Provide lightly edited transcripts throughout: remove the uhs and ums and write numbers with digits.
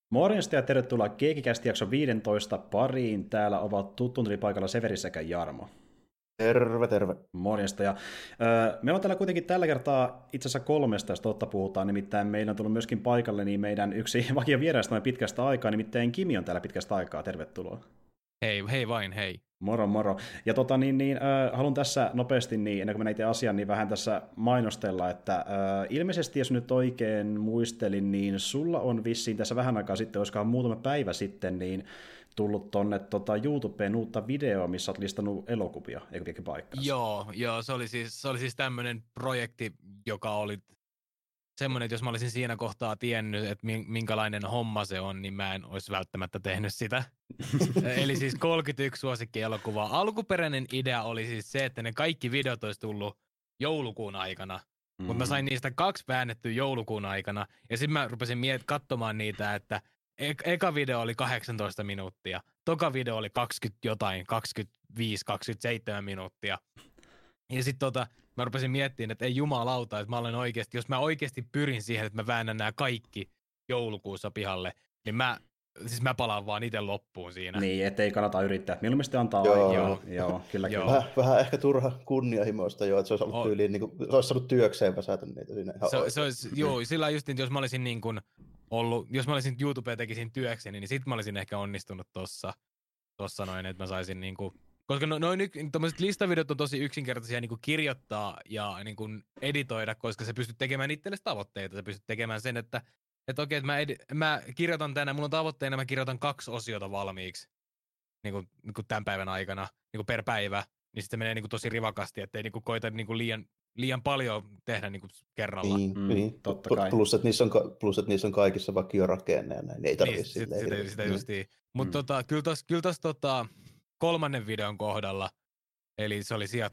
Morjesta ja tervetuloa Keekikästi jakso 15 pariin. Täällä ovat tuttuun paikalla Severi sekä Jarmo. Terve, terve. Morjesta. Me on täällä kuitenkin tällä kertaa itse asiassa kolmesta, jos totta puhutaan. Nimittäin meillä on tullut myöskin paikalle niin meidän yksi vakio vieraista pitkästä aikaa, nimittäin Kimi on täällä pitkästä aikaa. Tervetuloa. Hei vain, hei. Moro, moro. Ja haluan tässä nopeasti, niin, ennen kuin mennään itse asiaan, niin vähän tässä mainostella, että ilmeisesti, jos nyt oikein muistelin, niin sulla on vissiin tässä vähän aikaa sitten, olisikohan muutama päivä sitten, niin tullut tonne YouTubeen uutta videoa, missä olet listannut elokuvia, eikö vieläkin paikkaansa? Joo, se oli siis tämmöinen projekti, joka oli semmoinen, että jos mä olisin siinä kohtaa tiennyt, että minkälainen homma se on, niin mä en olisi välttämättä tehnyt sitä. Eli siis 31 suosikkielokuvaa. Alkuperäinen idea oli siis se, että ne kaikki videot olisi tullut joulukuun aikana, mutta mä sain niistä 2 väännettyä joulukuun aikana, ja sitten mä rupesin katsomaan niitä, että eka video oli 18 minuuttia, toka video oli 25-27 minuuttia. Ja sitten mä rupesin miettimään, että ei jumalauta, että mä olen oikeasti, jos mä oikeasti pyrin siihen, että mä väännän nämä kaikki joulukuussa pihalle, niin mä palaan vaan itse loppuun siinä. Niin, ettei kannata yrittää. Mieluummin sitten antaa aikaa. Joo, kyllä. Vähän ehkä turha kunnianhimoista jo, että se olisi ollut tyyliin, niin kuin, se olisi saanut työkseen väsätä niitä siinä. Se olisi, sillä just, että jos mä olisin niin kuin ollut, jos mä olisin YouTubea tekisin työkseni, niin sit mä olisin ehkä onnistunut tossa noin, että mä saisin niin kuin, koska noin tommoset listavideot on tosi yksinkertaisia niin kuin kirjoittaa ja niin kuin editoida, koska sä pystyt tekemään itsellesi tavoitteita, sä pystyt tekemään sen, että okei, että mä kirjoitan tänään, mulla on tavoitteena, mä kirjoitan 2 osiota valmiiksi niin kuin tämän päivän aikana, niin kuin per päivä, niin sitten se menee niin kuin tosi rivakasti, ettei niin kuin koita niin kuin liian paljon tehdä niin kuin kerralla. Niin, totta kai. Plus, että niissä on kaikissa vakiorakenne ja näin, ei tarvitse niin, sitä justiin. Mutta kyllä tossa 3. videon kohdalla, eli se oli sijat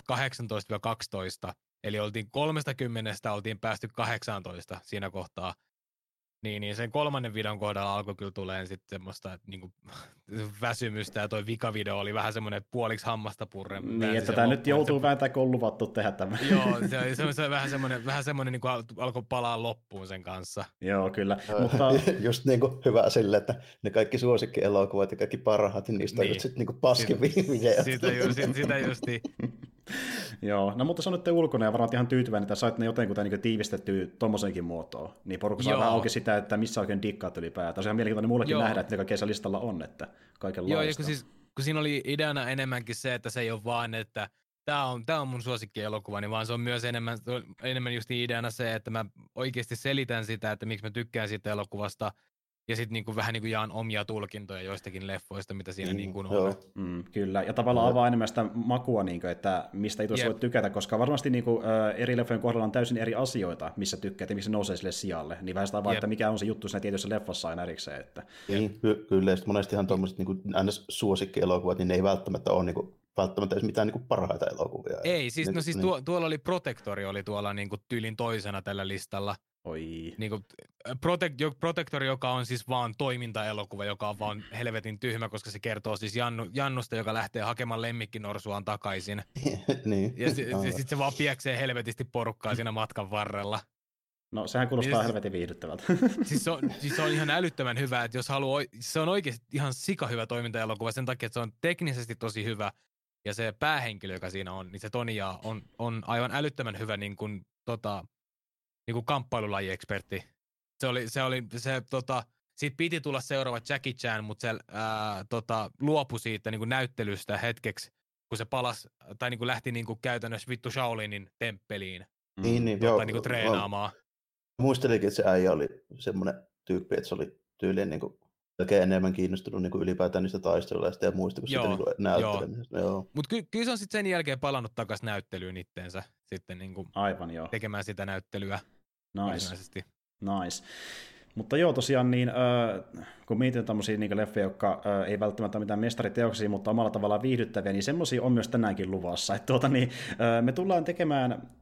18-12, eli oltiin 30 oltiin päästy 18 siinä kohtaa. Niin sen 3. videon kohdalla alkoi kyllä tulemaan sitten semmoista niinku väsymystä, ja toi vikavideo oli vähän semmoinen puoliksi hammasta purren. Niin, että tämä nyt joutuu vääntämään, kun on luvattu tehdä tämä. Joo, se oli vähän semmoinen niin kuin alkoi palaa loppuun sen kanssa. Joo, kyllä. Mutta just niin kuin hyvä sille, että ne kaikki suosikkielokuvat ja kaikki parhaat, niin niistä on nyt sitten niin paskevia videoita. Sitä justiin. Joo, no mutta se on nyt ulkona ja varmaan ihan tyytyväinen, että sait ne jotenkin niin tiivistettyä tommosenkin muotoon. Niin porukka saa vähän auki sitä, että missä oikein dikkaat ylipäätään. Se on ihan mielenkiintoinen mullekin nähdä, että ne kaikkeessa listalla on, että kaikenlaista. Joo, ja kun siinä oli ideana enemmänkin se, että se ei ole vaan, että tämä on mun suosikkielokuvani, vaan se on myös enemmän just ideana se, että mä oikeasti selitän sitä, että miksi mä tykkään siitä elokuvasta, ja sitten niinku vähän niinku jaan omia tulkintoja joistakin leffoista, mitä siinä niinku on. Kyllä, ja tavallaan avaa enemmän sitä makua, niinku, että mistä itussa voit tykätä, koska varmasti niinku, eri leffojen kohdalla on täysin eri asioita, missä tykkäät ja miksi nousee sille sijalle. Niin vähän sitä avaa, että mikä on se juttu siinä tietyissä leffassa aina erikseen. Että. Niin, kyllä, ja monestihan tuommoiset niinku suosikkielokuvat, niin ne ei välttämättä ole niinku välttämättä edes mitään niinku parhaita elokuvia. Ei, siis, tuolla oli Protectori oli tuolla niinku tyylin toisena tällä listalla. Oi. Niinku, Protector, joka on siis vaan toimintaelokuva, joka on vaan helvetin tyhmä, koska se kertoo siis Jannusta, joka lähtee hakemaan lemmikkinorsuaan takaisin. Niin. Ja sitten se vaan pieksee helvetisti porukkaa siinä matkan varrella. No sehän kuulostaa helvetin viihdyttävältä. Siis se on ihan älyttömän hyvä, että jos haluaa, se on oikeasti ihan sika hyvä toimintaelokuva sen takia, että se on teknisesti tosi hyvä. Ja se päähenkilö, joka siinä on, niin se Tonya on aivan älyttömän hyvä niin kuin kamppailulajiekspertti. Siitä piti tulla seuraava Jackie Chan, mutta se luopui siitä niin kuin näyttelystä hetkeksi, kun se palasi, tai niin kuin lähti niin kuin käytännössä vittu Shaolinin temppeliin niin kuin treenaamaan. Muistelikin, että se äijä oli semmoinen tyyppi, että se oli tyyliin niin kuin oikein enemmän kiinnostunut niin kuin ylipäätään niistä taisteluista ja muista kuin sitten niin näyttelemisestä. Mutta kyllä se on sitten sen jälkeen palannut takaisin näyttelyyn itteensä sitten niin kuin aivan, joo. Tekemään sitä näyttelyä. Nice. Mutta joo, tosiaan niin, kun mietin tämmöisiä niin leffoja, jotka ei välttämättä ole mitään mestariteoksia, mutta omalla tavallaan viihdyttäviä, niin semmoisia on myös tänäänkin luvassa. Että me tullaan tekemään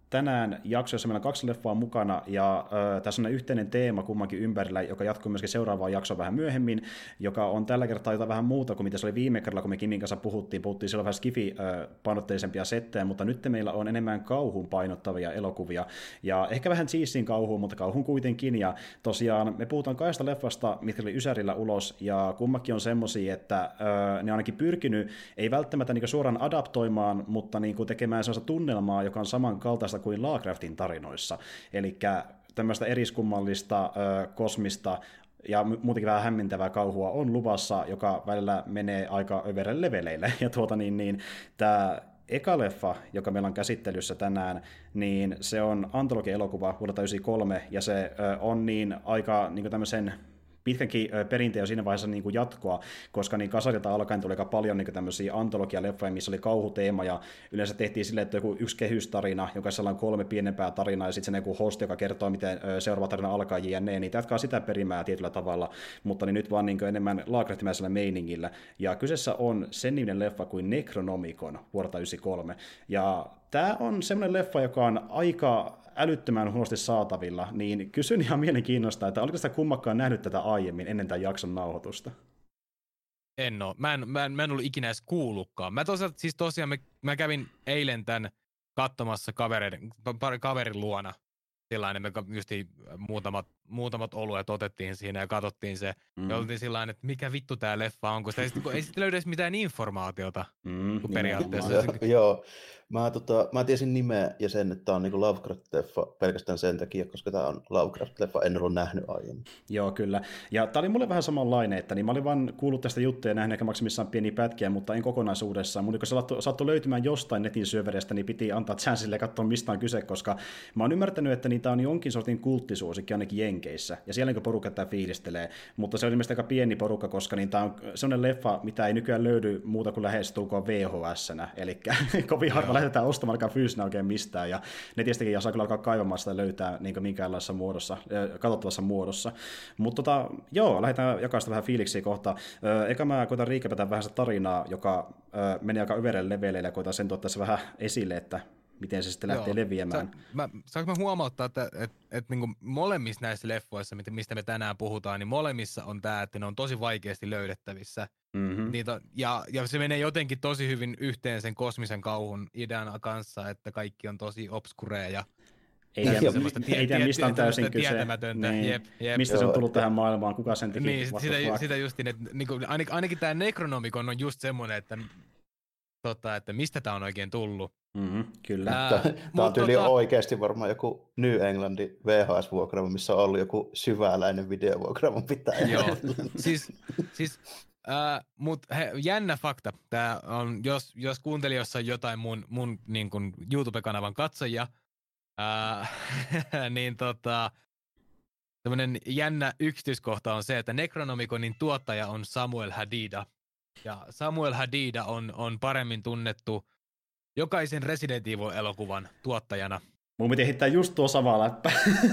tänään jakso, jossa meillä on 2 leffaa mukana, ja tässä on yhteinen teema kummankin ympärillä, joka jatkuu myöskin seuraavaan jaksoon vähän myöhemmin, joka on tällä kertaa jotain vähän muuta kuin mitä se oli viime kerralla, kun me Kimin kanssa puhuttiin silloin vähän skifi-painotteisempia settejä, mutta nyt meillä on enemmän kauhun painottavia elokuvia, ja ehkä vähän cheesin kauhuun, mutta kauhun kuitenkin, ja tosiaan me puhutaan 2 leffasta, mitkä oli Ysärillä ulos, ja kummakin on semmosia, että ne on ainakin pyrkinyt, ei välttämättä niin suoraan adaptoimaan, mutta niin tekemään sellaista tunnelmaa, joka on samankaltaista kuin Lovecraftin tarinoissa. Eli tämmöistä eriskummallista, kosmista ja muutenkin vähän hämmentävää kauhua on luvassa, joka välillä menee aika överelle leveleille. Ja tämä eka leffa, joka meillä on käsittelyssä tänään, niin se on antologia-elokuva vuodelta 1993, ja se on niin aika niin tämmöisen pitkänkin perinteen jo siinä vaiheessa niin kuin jatkoa, koska niin kasarilta alkaen tuli aika paljon niin tämmöisiä antologia-leffoja, missä oli kauhuteema, ja yleensä tehtiin silleen, että joku yksi kehystarina, joka on 3 pienempää tarinaa, ja sitten se joku host, joka kertoo, miten seuraava tarina alkaa jne, niin jatkaa sitä perimää tietyllä tavalla, mutta niin nyt vaan niin enemmän Lovecraftimäisellä meiningillä. Ja kyseessä on sen niminen leffa kuin Necronomicon vuodelta 1993, ja tämä on semmoinen leffa, joka on aika älyttömän huonosti saatavilla, niin kysyn ihan mielenkiinnosta, että oliko sitä kummakkaan nähnyt tätä aiemmin ennen tämän jakson nauhoitusta? En oo. Mä en ollut ikinä edes kuullutkaan. Tosiaan mä kävin eilen tämän katsomassa kaverin luona. Sillainen, me justi muutamat oluet otettiin siinä ja katsottiin se. Ja oltiin sillainen, että mikä vittu tää leffa on, kun ei sitten löydä edes mitään informaatiota periaatteessa. Joo. Mä tiesin nimeä ja sen, että tää on niinku Lovecraft-leffa pelkästään sen takia, koska tää on Lovecraft-leffa, en ollut nähnyt aiemmin. Joo, kyllä. Ja tää oli mulle vähän samanlainen, että niin mä olin vaan kuullut tästä juttuja ja nähnyt ehkä maksimissaan pieniä pätkiä, mutta en kokonaisuudessaan. Mun kun se saattoi löytymään jostain netin syövereistä, niin piti antaa chansille ja katsoa mistä on kyse, koska mä oon ymmärtänyt, että tää on jonkin sortin kulttisuosikki ainakin Jenkeissä. Ja siellä niin porukka tää fiilistelee, mutta se on ilmeisesti aika pieni porukka, koska tää on sellainen leffa, mitä ei nykyään löydy muuta kuin lähestulkoon VHS-nä. Eli kovin harva lähdetään ostamaan alkaa fyysinä oikein mistään, ja netistäkin ja saa kyllä alkaa kaivamaan sitä löytää niin minkäänlaisessa muodossa, katsottavassa muodossa. Mutta joo, lähdetään jakaa sitä vähän fiiliksiä kohta. Eka mä koitan riikäpätä vähän sitä tarinaa, joka menee aika överelle leveleille, ja koitan sen tuottaa se vähän esille, että miten se sitten lähtee leviämään. Saanko mä huomauttaa, että niinku molemmissa näissä leffoissa, mistä me tänään puhutaan, niin molemmissa on tämä, että ne on tosi vaikeasti löydettävissä. Mm-hmm. Ja se menee jotenkin tosi hyvin yhteen sen kosmisen kauhun idean kanssa, että kaikki on tosi obskurea ja ei tiedä, mistä on täysin kyse. Tietämätöntä. Niin. Jep. Mistä se on tullut tähän maailmaan, kuka sen teki? Niin, sitä justiin, että niinku, ainakin tämä Necronomicon on just semmoinen, että mistä tämä on oikein tullut. Kyllä. Tämä on tyyli oikeasti varmaan joku New Englandin VHS-vuokraama, missä on ollut joku syväläinen videovuokraama pitäjä. Joo, mutta jännä fakta. Tämä on, jos kuuntelijoissa on jotain mun niin kuin YouTube-kanavan katsojia, niin tämmöinen jännä yksityiskohta on se, että Necronomiconin tuottaja on Samuel Hadida. Ja Samuel Hadida on paremmin tunnettu jokaisen Resident Evil-elokuvan tuottajana. Mun piti heittää just tuo sama läppä.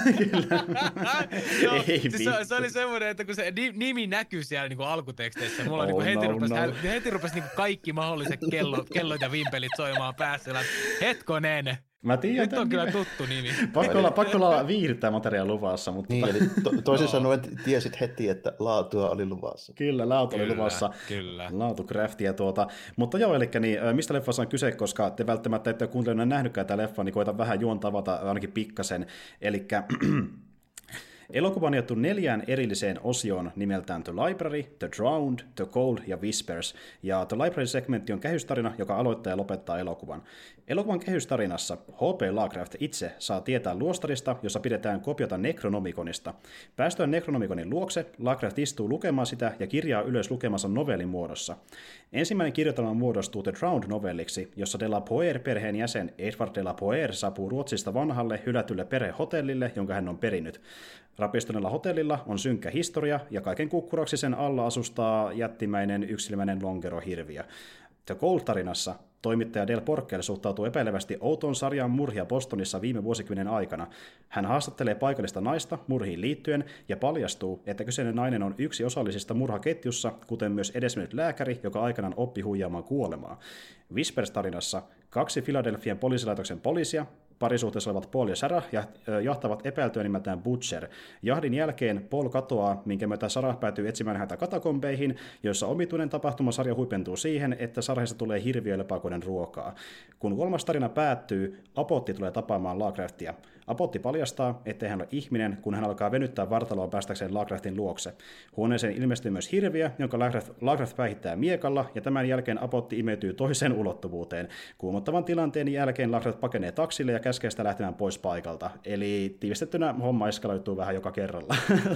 Joo, se oli semmoinen, että kun se nimi näkyy siellä niinku alkuteksteissä, mulla heti rupesi niinku kaikki mahdolliset kellot ja vimpelit soimaan päässä. Hetkonen! Mä tiedän, nyt on kyllä tuttu nimi. Pakko olla viihdyttää materiaa luvassa. Mutta niin, eli toisin sanoen tiesit heti, että laatua oli luvassa. Kyllä, laatu oli luvassa. Kyllä. Laatucraftia Mutta joo, eli niin, mistä leffassa on kyse, koska te välttämättä ette ole kuuntelijoina nähnytkään tämä leffa, niin koitan vähän juonta avata ainakin pikkasen. Elikkä elokuva on jaettu 4 erilliseen osioon nimeltään The Library, The Drowned, The Cold ja Whispers. Ja The Library-segmentti on kehystarina, joka aloittaa ja lopettaa elokuvan. Elokuvan kehystarinassa H.P. Lovecraft itse saa tietää luostarista, jossa pidetään kopiota Necronomiconista. Päästyään Necronomiconin luokse, Lovecraft istuu lukemaan sitä ja kirjaa ylös lukemansa novellin muodossa. Ensimmäinen kirjoitelma muodostuu The Drowned-novelliksi, jossa de la Poer-perheen jäsen Edward de la Poer saapuu Ruotsista vanhalle hylätylle perhehotellille, jonka hän on perinyt. Rapistuneella hotellilla on synkkä historia, ja kaiken kukkuraksi sen alla asustaa jättimäinen yksilmäinen lonkerohirviö. The Cold-tarinassa toimittaja Del Porkel suhtautuu epäilevästi outoon sarjaan murhia Bostonissa viime vuosikymmenen aikana. Hän haastattelee paikallista naista murhiin liittyen ja paljastuu, että kyseinen nainen on yksi osallisista murhaketjussa, kuten myös edesmennyt lääkäri, joka aikanaan oppi huijaamaan kuolemaa. Whispers-tarinassa 2 Philadelphian poliisilaitoksen poliisia parisuhteessa olevat Paul ja Sarah jahtavat epäiltyä nimeltään Butcher. Jahdin jälkeen Paul katoaa, minkä myötä Sarah päätyy etsimään häntä katakombeihin, joissa omituinen tapahtumasarja huipentuu siihen, että Sarahista tulee hirviö lepakoiden ruokaa. Kun kolmas tarina päättyy, Apotti tulee tapaamaan Lovecraftia. Apotti paljastaa, ettei hän ole ihminen, kun hän alkaa venyttää vartaloa päästäkseen Lovecraftin luokse. Huoneeseen ilmestyy myös hirviö, jonka Lovecraft päihittää miekalla, ja tämän jälkeen Apotti imeytyy toiseen ulottuvuuteen. Kuumottavan tilanteen jälkeen Lovecraft pakenee taksille ja käskee sitä lähtemään pois paikalta. Eli tiivistettynä homma eskaloituu vähän joka kerralla.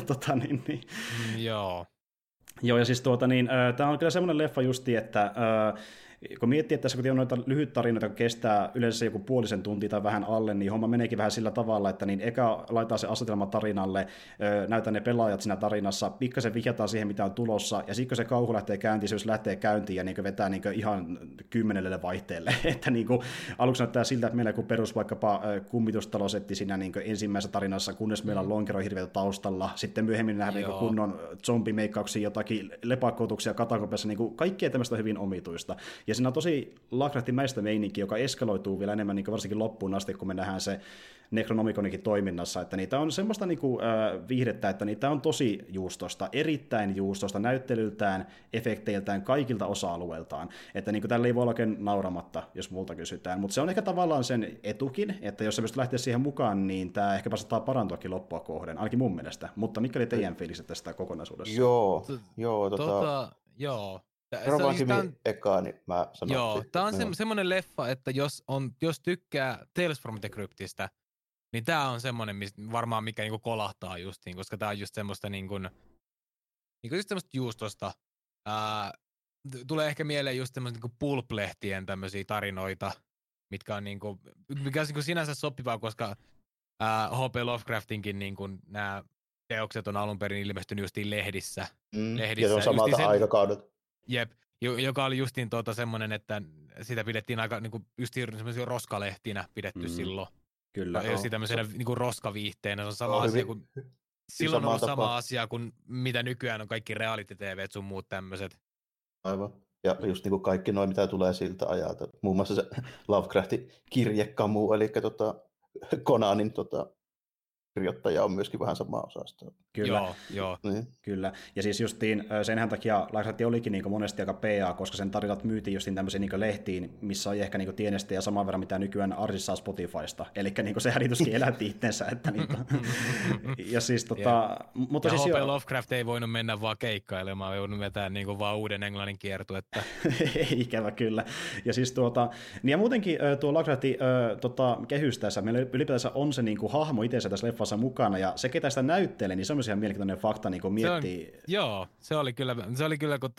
Joo. Joo, ja siis tämä on kyllä semmoinen leffa justi, että kun miettii, että tässä kun on noita lyhyt tarinoita, jotka kestää yleensä joku puolisen tuntia tai vähän alle, niin homma meneekin vähän sillä tavalla, että niin eka laitetaan se asetelma tarinalle, näytään ne pelaajat siinä tarinassa, pikkasen vihjataan siihen, mitä on tulossa, ja sitten kun se kauhu lähtee käyntiin, se jos lähtee käyntiin ja niin vetää niin ihan 10 vaihteelle, että niin aluksi näyttää siltä, että meillä on perus vaikkapa kummitustalosetti siinä niin ensimmäisessä tarinassa, kunnes meillä on lonkerohirviötä taustalla, sitten myöhemmin nähdään niin kunnon zombimeikkauksia, jotakin lepakoutuksia katakompessa, niin kaikkea tämmöistä hyvin omituista. Ja siinä on tosi Lovecraftin-mäistä meininki, joka eskaloituu vielä enemmän niin varsinkin loppuun asti, kun me nähdään se Necronomiconikin toiminnassa, että niitä on semmoista viihdettä, että niitä on tosi juustosta, erittäin juustosta näyttelyltään, efekteiltään, kaikilta osa-alueiltaan, että tällä ei voi olla oikein nauramatta, jos multa kysytään, mutta se on ehkä tavallaan sen etukin, että jos sä pystyt lähteä siihen mukaan, niin tämä ehkä saattaa parantuakin loppua kohden, ainakin mun mielestä, mutta mikä oli teidän fiilikset tästä kokonaisuudessa? Joo. Ekaa, niin mä sanon. Joo, tää on semmoinen leffa, että jos tykkää Tales from the Cryptistä, niin tää on semmoinen, varmaan mikä niinku kolahtaa justiin, koska tää on just semmoista just semmoista juustosta. Tulee ehkä mieleen just semmoista niinku pulp-lehtien tämmöisiä tarinoita, mikä on sinänsä sopivaa, koska H.P. Lovecraftinkin nämä teokset on alun perin ilmestynyt justiin lehdissä. Ja se on samalta aikakaudelta. Jep, joka oli justiin semmoinen, että sitä pidettiin aika semmoisia roskalehtinä pidetty silloin. Kyllä. Ja tämmöisenä roskaviihteenä. Se on sama asia kuin silloin on ollut sama asia kuin mitä nykyään on kaikki reality-tvt sun muut tämmöiset. Aivan. Ja just kaikki noin, mitä tulee siltä ajalta. Muun muassa se Lovecraftin kirjekamu, eli Conanin kirjoittaja on myöskin vähän samaa osasta. Kyllä. Joo. Niin. Kyllä. Ja siis justiin senhän takia Lovecraft olikin monesti aika PA, koska sen tarinat myytiin justiin tämmöisiin lehtiin, missä on ehkä tienestejä saman verran, mitä nykyään artist saa Spotifysta. Eli se hädituskin elätti itsensä. Että ja siis mutta ja siis H.P. Lovecraft ei voinut mennä vaan keikkailemaan, ei voinut vetää vaan uuden englannin kiertuetta. Ikävä kyllä. Ja siis niin ja muutenkin tuo Lovecraftin kehys tässä, meillä ylipäätänsä on se hahmo itsensä tässä leffassa mukana, ja se, ketä sitä näyttelee, niin se on myös ihan mielenkiintoinen fakta miettii. Se oli kyllä kun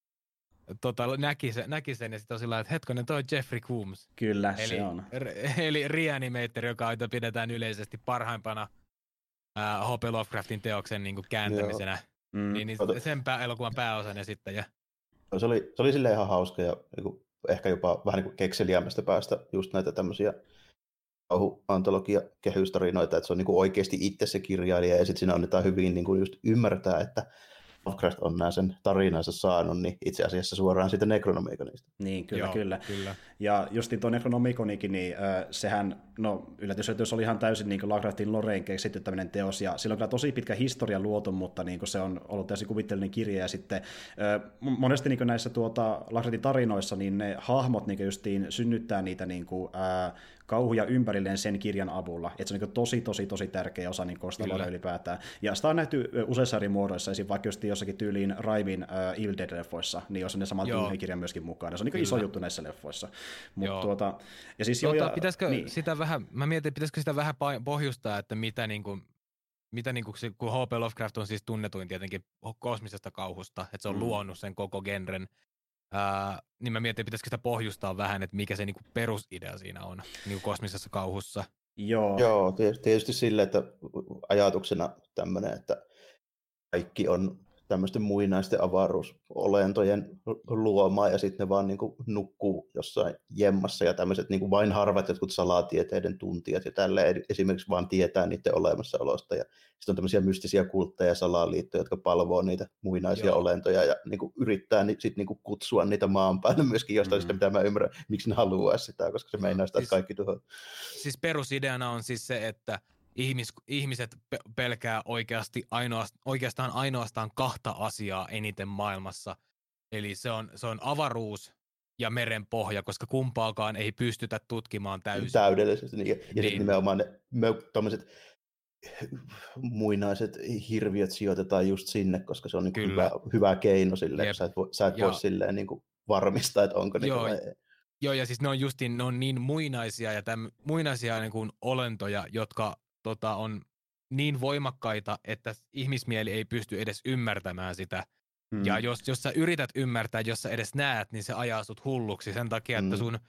näki sen, ja sitten on sillä että hetkonen, toi Jeffrey Combs. Kyllä, se on. Eli Reanimator, joka pidetään yleisesti parhaimpana H.P. Lovecraftin teoksen kääntämisenä. Niin sen elokuvan pääosan esittäjä. Se oli silleen ihan hauska, ja ehkä jopa vähän kekseliämmästä päästä just näitä tämmöisiä antologia-kehystarinoita, että se on oikeasti itse se kirjailija, ja sitten siinä annetaan hyvin just ymmärtää, että Lovecraft on sen tarinansa saanut, niin itse asiassa suoraan siitä Necronomiconista. Niin, kyllä. Ja justiin tuo Necronomiconikin, niin sehän, yllätys oli ihan täysin Lovecraftin Loreen keksitty tämmöinen teos, ja sillä on kyllä tosi pitkä historia luotu, mutta se on ollut täysin kuvitteellinen kirja, ja sitten monesti näissä Lovecraftin tarinoissa, niin ne hahmot justiin synnyttää niitä kauhuja ympärilleen sen kirjan avulla, että se on tosi tärkeä osa Lore ylipäätään. Ja sitä on nähty useissa eri muodoissa, esim. Vaikka just jossakin tyyliin Raimin Evil Dead-leffoissa, niin jos on ne samat kirjan myöskin mukana. Se on iso juttu näissä leffoissa. Ja siis pitäisikö sitä vähän, mä mietin, pitäisikö sitä vähän pohjustaa, että mitä kun H.P. Lovecraft on siis tunnetuin tietenkin kosmisesta kauhusta, että se on luonut sen koko genren, niin mä mietin, pitäisikö sitä pohjustaa vähän, että mikä se perusidea siinä on kosmisessa kauhussa. Joo, tietysti sille, että ajatuksena tämmöinen, että kaikki on tämmöisten muinaisten avaruusolentojen luomaa, ja sitten ne vaan niin kuin nukkuu jossain jemmassa, ja tämmöiset niin kuin vain harvat jotkut salatieteiden tuntijat ja tälleen esimerkiksi vaan tietää niiden olemassaolosta, ja sitten on tämmöisiä mystisiä kultteja ja salaliittoja, jotka palvoo niitä muinaisia olentoja, ja niin kuin yrittää sitten niin kuin kutsua niitä maan päälle myöskin jostain sitä, mitä mä ymmärrän, miksi ne haluaa sitä, koska se meinaa sitä, että kaikki tuhoaa. Siis perusideana on siis se, että ihmiset pelkää oikeastaan ainoastaan kahta asiaa eniten maailmassa. Eli se on avaruus ja meren pohja, koska kumpaakaan ei pystytä tutkimaan täysin. Täydellisesti. Niin. Ja sitten nimenomaan ne tommoset muinaiset hirviöt sijoitetaan just sinne, koska se on niin hyvä keino silleen, sä et voi silleen niin kuin varmistaa, että onko niitä vai ei. Joo, ja siis ne on niin muinaisia ja muinaisia niin kuin olentoja, jotka on niin voimakkaita, että ihmismieli ei pysty edes ymmärtämään sitä. Ja jos sä yrität ymmärtää, jos sä edes näet, niin se ajaa sut hulluksi sen takia, että sun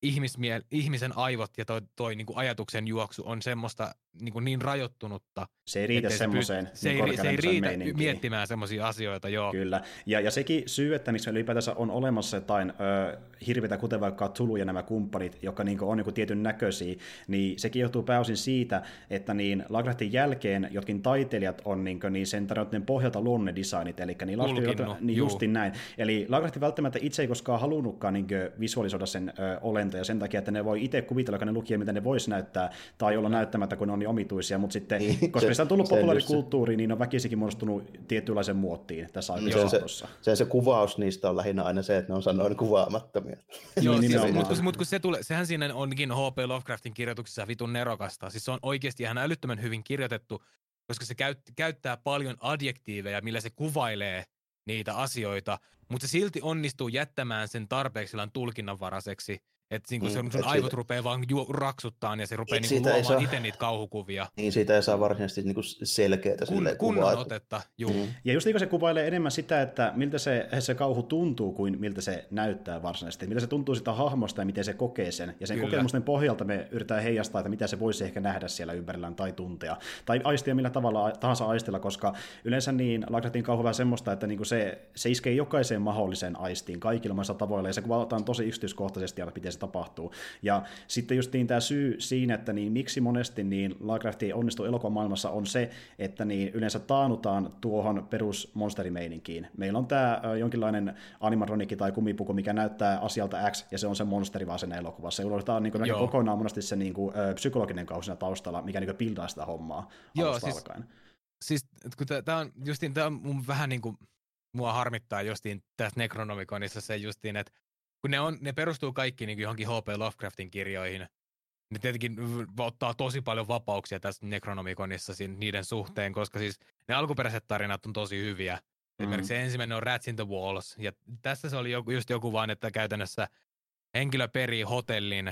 ihmisen aivot ja toi niin kuin ajatuksen juoksu on semmoista niin rajoittunutta. Se ei riitä semmoiseen. Se ei riitä miettimään semmoisia asioita, joo. Kyllä. Ja sekin syy, että miksi ylipäätänsä on olemassa jotain hirveitä, kuten vaikka Tulu ja nämä kumppanit, jotka niin on niin tietyn näköisiä, niin sekin johtuu pääosin siitä, että niin Lovecraftin jälkeen jotkin taiteilijat on niin sen tarjontien pohjalta luonut ne designit, eli niin justin näin. Eli Lovecraft välttämättä itse ei koskaan halunnutkaan niin visualisoida sen olentoja sen takia, että ne voi itse kuvitella, ne lukija, mitä ne vois näyttää, tai olla näyttämättä, kun ne on niin omituisia, mutta sitten, koska niistä on tullut populaarikulttuuriin, niin on väkisikin muodostunut tietynlaisen muottiin tässä aikaisemmin. Se kuvaus niistä on lähinnä aina se, että ne on sanoen kuvaamattomia. Joo, mutta sehän siinä onkin H.P. Lovecraftin kirjoituksissa vitun nerokasta. Siis se on oikeasti ihan älyttömän hyvin kirjoitettu, koska se käyttää paljon adjektiiveja, millä se kuvailee niitä asioita, mutta se silti onnistuu jättämään sen tarpeeksi tulkinnanvaraiseksi. Että sun aivot rupeaa vaan raksuttaan ja se rupeaa luomaan itse niitä kauhukuvia. Niin, siitä ei saa varsinaisesti selkeätä kunnon otetta, juu. Ja just niin se kuvailee enemmän sitä, että miltä se kauhu tuntuu kuin miltä se näyttää varsinaisesti. Miltä se tuntuu sitä hahmosta ja miten se kokee sen. Ja sen kokemusten pohjalta me yritetään heijastaa, että mitä se voisi ehkä nähdä siellä ympärillään tai tuntea. Tai aistia millä tavalla tahansa aistella, koska yleensä niin Lovecraftin kauhu vähän semmoista, että niinku se iskee jokaiseen mahdolliseen aistiin kaikilla mahdollisilla tavoilla ja se kuvataan tosi yksityiskohtaisesti ja miten se tapahtuu. Ja sitten just niin tämä syy siinä, että niin miksi monesti niin Lovecraft ei onnistu elokuvamaailmassa on se, että niin yleensä taannutaan tuohon perusmonsterimeininkiin. Meillä on tämä jonkinlainen animatronikki tai kumipuku, mikä näyttää asialta X, ja se on se monsteri vaan sen elokuvassa. Ja unohdetaan niin kokonaan monesti se niin kuin, psykologinen kausi siinä taustalla, mikä niin pildaa sitä hommaa alusta alkaen. Siis kun tämä on mun vähän niin kuin mua harmittaa justiin tässä Necronomiconissa se justiin, että kun ne perustuu kaikki niin johonkin H.P. Lovecraftin kirjoihin, ne tietenkin ottaa tosi paljon vapauksia tässä Necronomiconissa niiden suhteen, koska siis ne alkuperäiset tarinat on tosi hyviä. Esimerkiksi se ensimmäinen on Rats in the Walls, ja tässä se oli just joku vaan, että käytännössä henkilö perii hotellin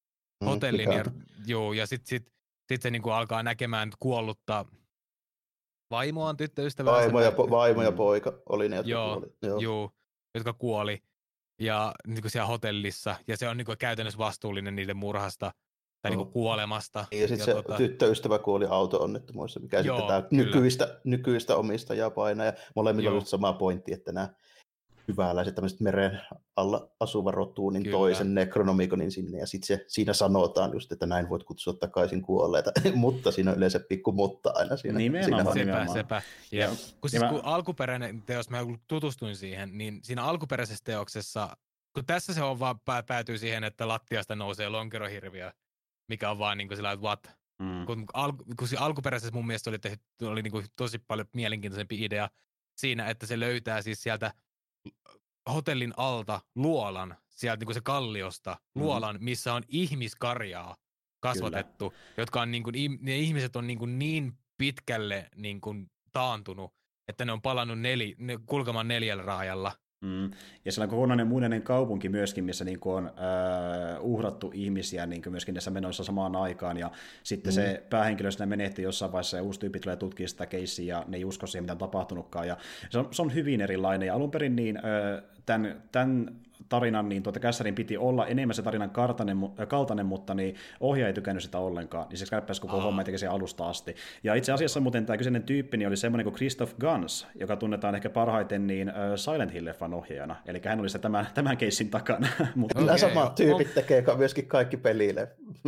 ja sit se niinku alkaa näkemään kuollutta vaimoaan, tyttöystävää. Vaimo ja poika oli ne, jotka kuoli. Jotka kuoli. Ja niin kuin siellä hotellissa, ja se on niin kuin käytännössä vastuullinen niiden murhasta tai niin kuin kuolemasta. Ja sitten se tyttöystävä kuoli auto-onnettomuudessa, mikä sitten tämä nykyistä omistajaa painaa, ja molemmilla on just sama pointti, että nämä hyväläiset tämmöiset meren alla asuva rotu, niin toisen Necronomiconin sinne, ja sitten siinä sanotaan just, että näin voit kutsua takaisin kuolleita, mutta siinä on yleensä pikku mutta aina siinä. Sepä. Ja kun alkuperäinen teos, mä tutustuin siihen, niin siinä alkuperäisessä teoksessa, kun tässä se on vaan päätyy siihen, että lattiasta nousee lonkerohirviö, mikä on vaan niin kuin sillä, että what? Kun alkuperäisessä mun mielestä oli niin kuin tosi paljon mielenkiintoisempi idea siinä, että se löytää siis sieltä hotellin alta luolan, sieltä niin kuin se kalliosta, luolan, missä on ihmiskarjaa kasvatettu, jotka on niin kuin, ne ihmiset on niin pitkälle niin kuin taantunut, että ne on palannut kulkemaan 4 raajalla. Ja siellä on kokonainen muinainen kaupunki myöskin, missä niin kuin on uhrattu ihmisiä niin kuin myöskin näissä menoissa samaan aikaan, ja sitten se päähenkilö siinä menehti jossain vaiheessa, ja uusi tyyppi tulee tutkimaan sitä keissiä, ja ne ei usko siihen, mitä on tapahtunutkaan, ja se on hyvin erilainen, ja alun perin niin tämän tarinan, niin kässärin piti olla enemmän se tarinan kaltainen, mutta niin ohjaaja ei tykännyt sitä ollenkaan, niin se skräppäsi koko homma ja teki sen alusta asti. Ja itse asiassa muuten tämä kyseinen tyyppi niin oli semmoinen kuin Christoph Gans, joka tunnetaan ehkä parhaiten niin Silent Hill-leffan ohjaajana, eli hän oli se tämän keissin takana. Mutta nämä samat tyypit tekee myöskin kaikki pelille.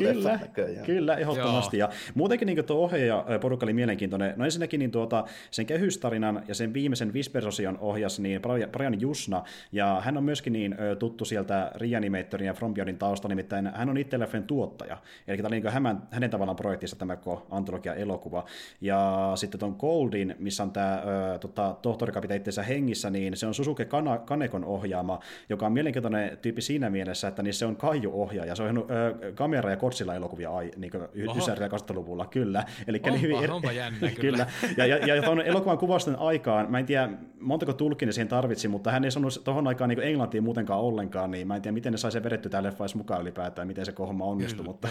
Kyllä, ehdottomasti. Ja muutenkin niin tuo ohjaajaporukka oli mielenkiintoinen. No ensinnäkin niin sen kehystarinan ja sen viimeisen Whispers-osion ohjasi niin Brian Jusna, ja hän on myöskin niin tuttu sieltä Reanimatorin ja From Beyondin tausta, nimittäin hän on itse leffan tuottaja. Eli tämä oli niin hänen tavallaan projektissa tämä antologia-elokuva. Ja sitten tuon Goldin, missä on tämä tohtori, joka pitää itseensä hengissä, niin se on Susuke Kanekon ohjaama, joka on mielenkiintoinen tyyppi siinä mielessä, että niin se on Kaiju-ohjaaja. Se on ohjannut Kamera ja Godzilla-elokuvia niin 90-luvulla, kyllä. Elikkä onpa jännä, kyllä. Ja tuon elokuvan kuvausten aikaan, mä en tiedä montako tulkkia siihen tarvitsi, mutta hän ei sanonut tuohon aikaan niin englantia muutenkaan ollenkaan, niin mä en tiedä, miten ne sai sen vedetty tähän leffaan mukaan ylipäätään, miten se homma onnistui, mutta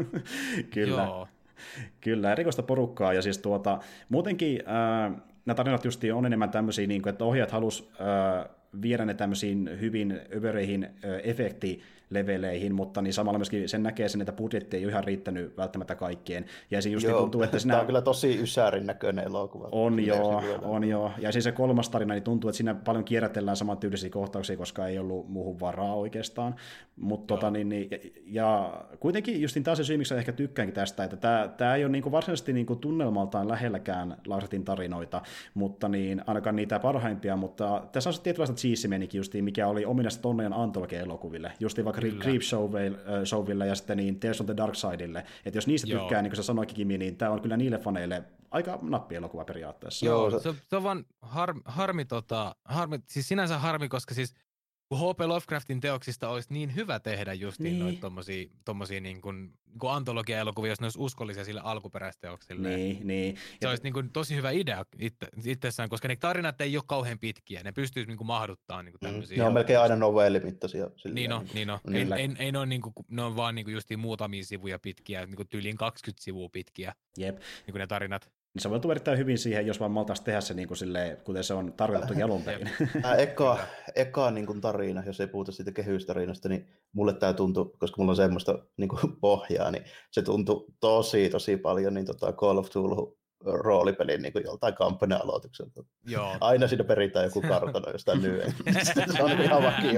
kyllä. Kyllä, erikoista porukkaa, ja siis muutenkin nämä tarinat just on enemmän tämmöisiä, niin kuin, että ohjaajat halus viedä ne tämmöisiin hyvin övereihin efektileveleihin, mutta niin samalla myöskin sen näkee sen, että budjetti ei ole ihan riittänyt välttämättä kaikkeen. Ja se just tuntuu, että tämä on kyllä tosi ysärin näköinen elokuva. On joo. Ja siis se kolmas tarina, niin tuntuu, että siinä paljon kierrätellään saman tyylisiä kohtauksia, koska ei ollut muuhun varaa oikeastaan. Mutta ja kuitenkin just tämä on se syy, miksi ehkä tykkäänkin tästä, että tämä ei ole niinku varsinaisesti niinku tunnelmaltaan lähelläkään Larsetin tarinoita, mutta niin ainakaan niitä parhaimpia, mutta tässä on se tietynlaista cheesimenikin justiin, mikä oli ominaista tonne antologia-elokuville, justiin vaikka Creepshowille ja sitten niin Tales on the Dark Sidelle, että jos niistä tykkää, niin kuin sä sanoikin Kimi, niin tämä on kyllä niille faneille aika nappielokuva periaatteessa. Joo, se on vaan harmi, siis sinänsä harmi, koska siis kun H.P. Lovecraftin teoksista olisi niin hyvä tehdä justiin noita tommosia niin kuin antologia-elokuvia, jos ne olisi uskollisia sille alkuperäisteoksille. Niin. Se olisi niin kuin tosi hyvä idea itsessään, koska ne tarinat ei ole kauhean pitkiä. Ne pystyisi niin kuin mahduttaa niin kuin tämmöisiä. Ne on melkein aina novellimittaisia. Niin on. Ei ne ole, niin kuin, ne on vaan niin kuin justiin muutamia sivuja pitkiä, niin kuin tyyliin 20 sivua pitkiä. Jep. Niin kuin ne tarinat. Niin se voi tulla erittäin hyvin siihen, jos vaan maltaisi tehdä se niin kuin silleen, kuten se on tarkoitettu alun perin. Eka niin kuin tarina, jos ei puhuta siitä kehystarinasta, niin mulle tämä tuntui, koska mulla on semmoista niin kuin pohjaa, niin se tuntui tosi paljon niin Call of Cthulhu roolipelin niin kuin joltain kampanjan-aloitukselta. Joo. Aina siinä peritään joku kartano jostain lyöä. Se on ihan vakio.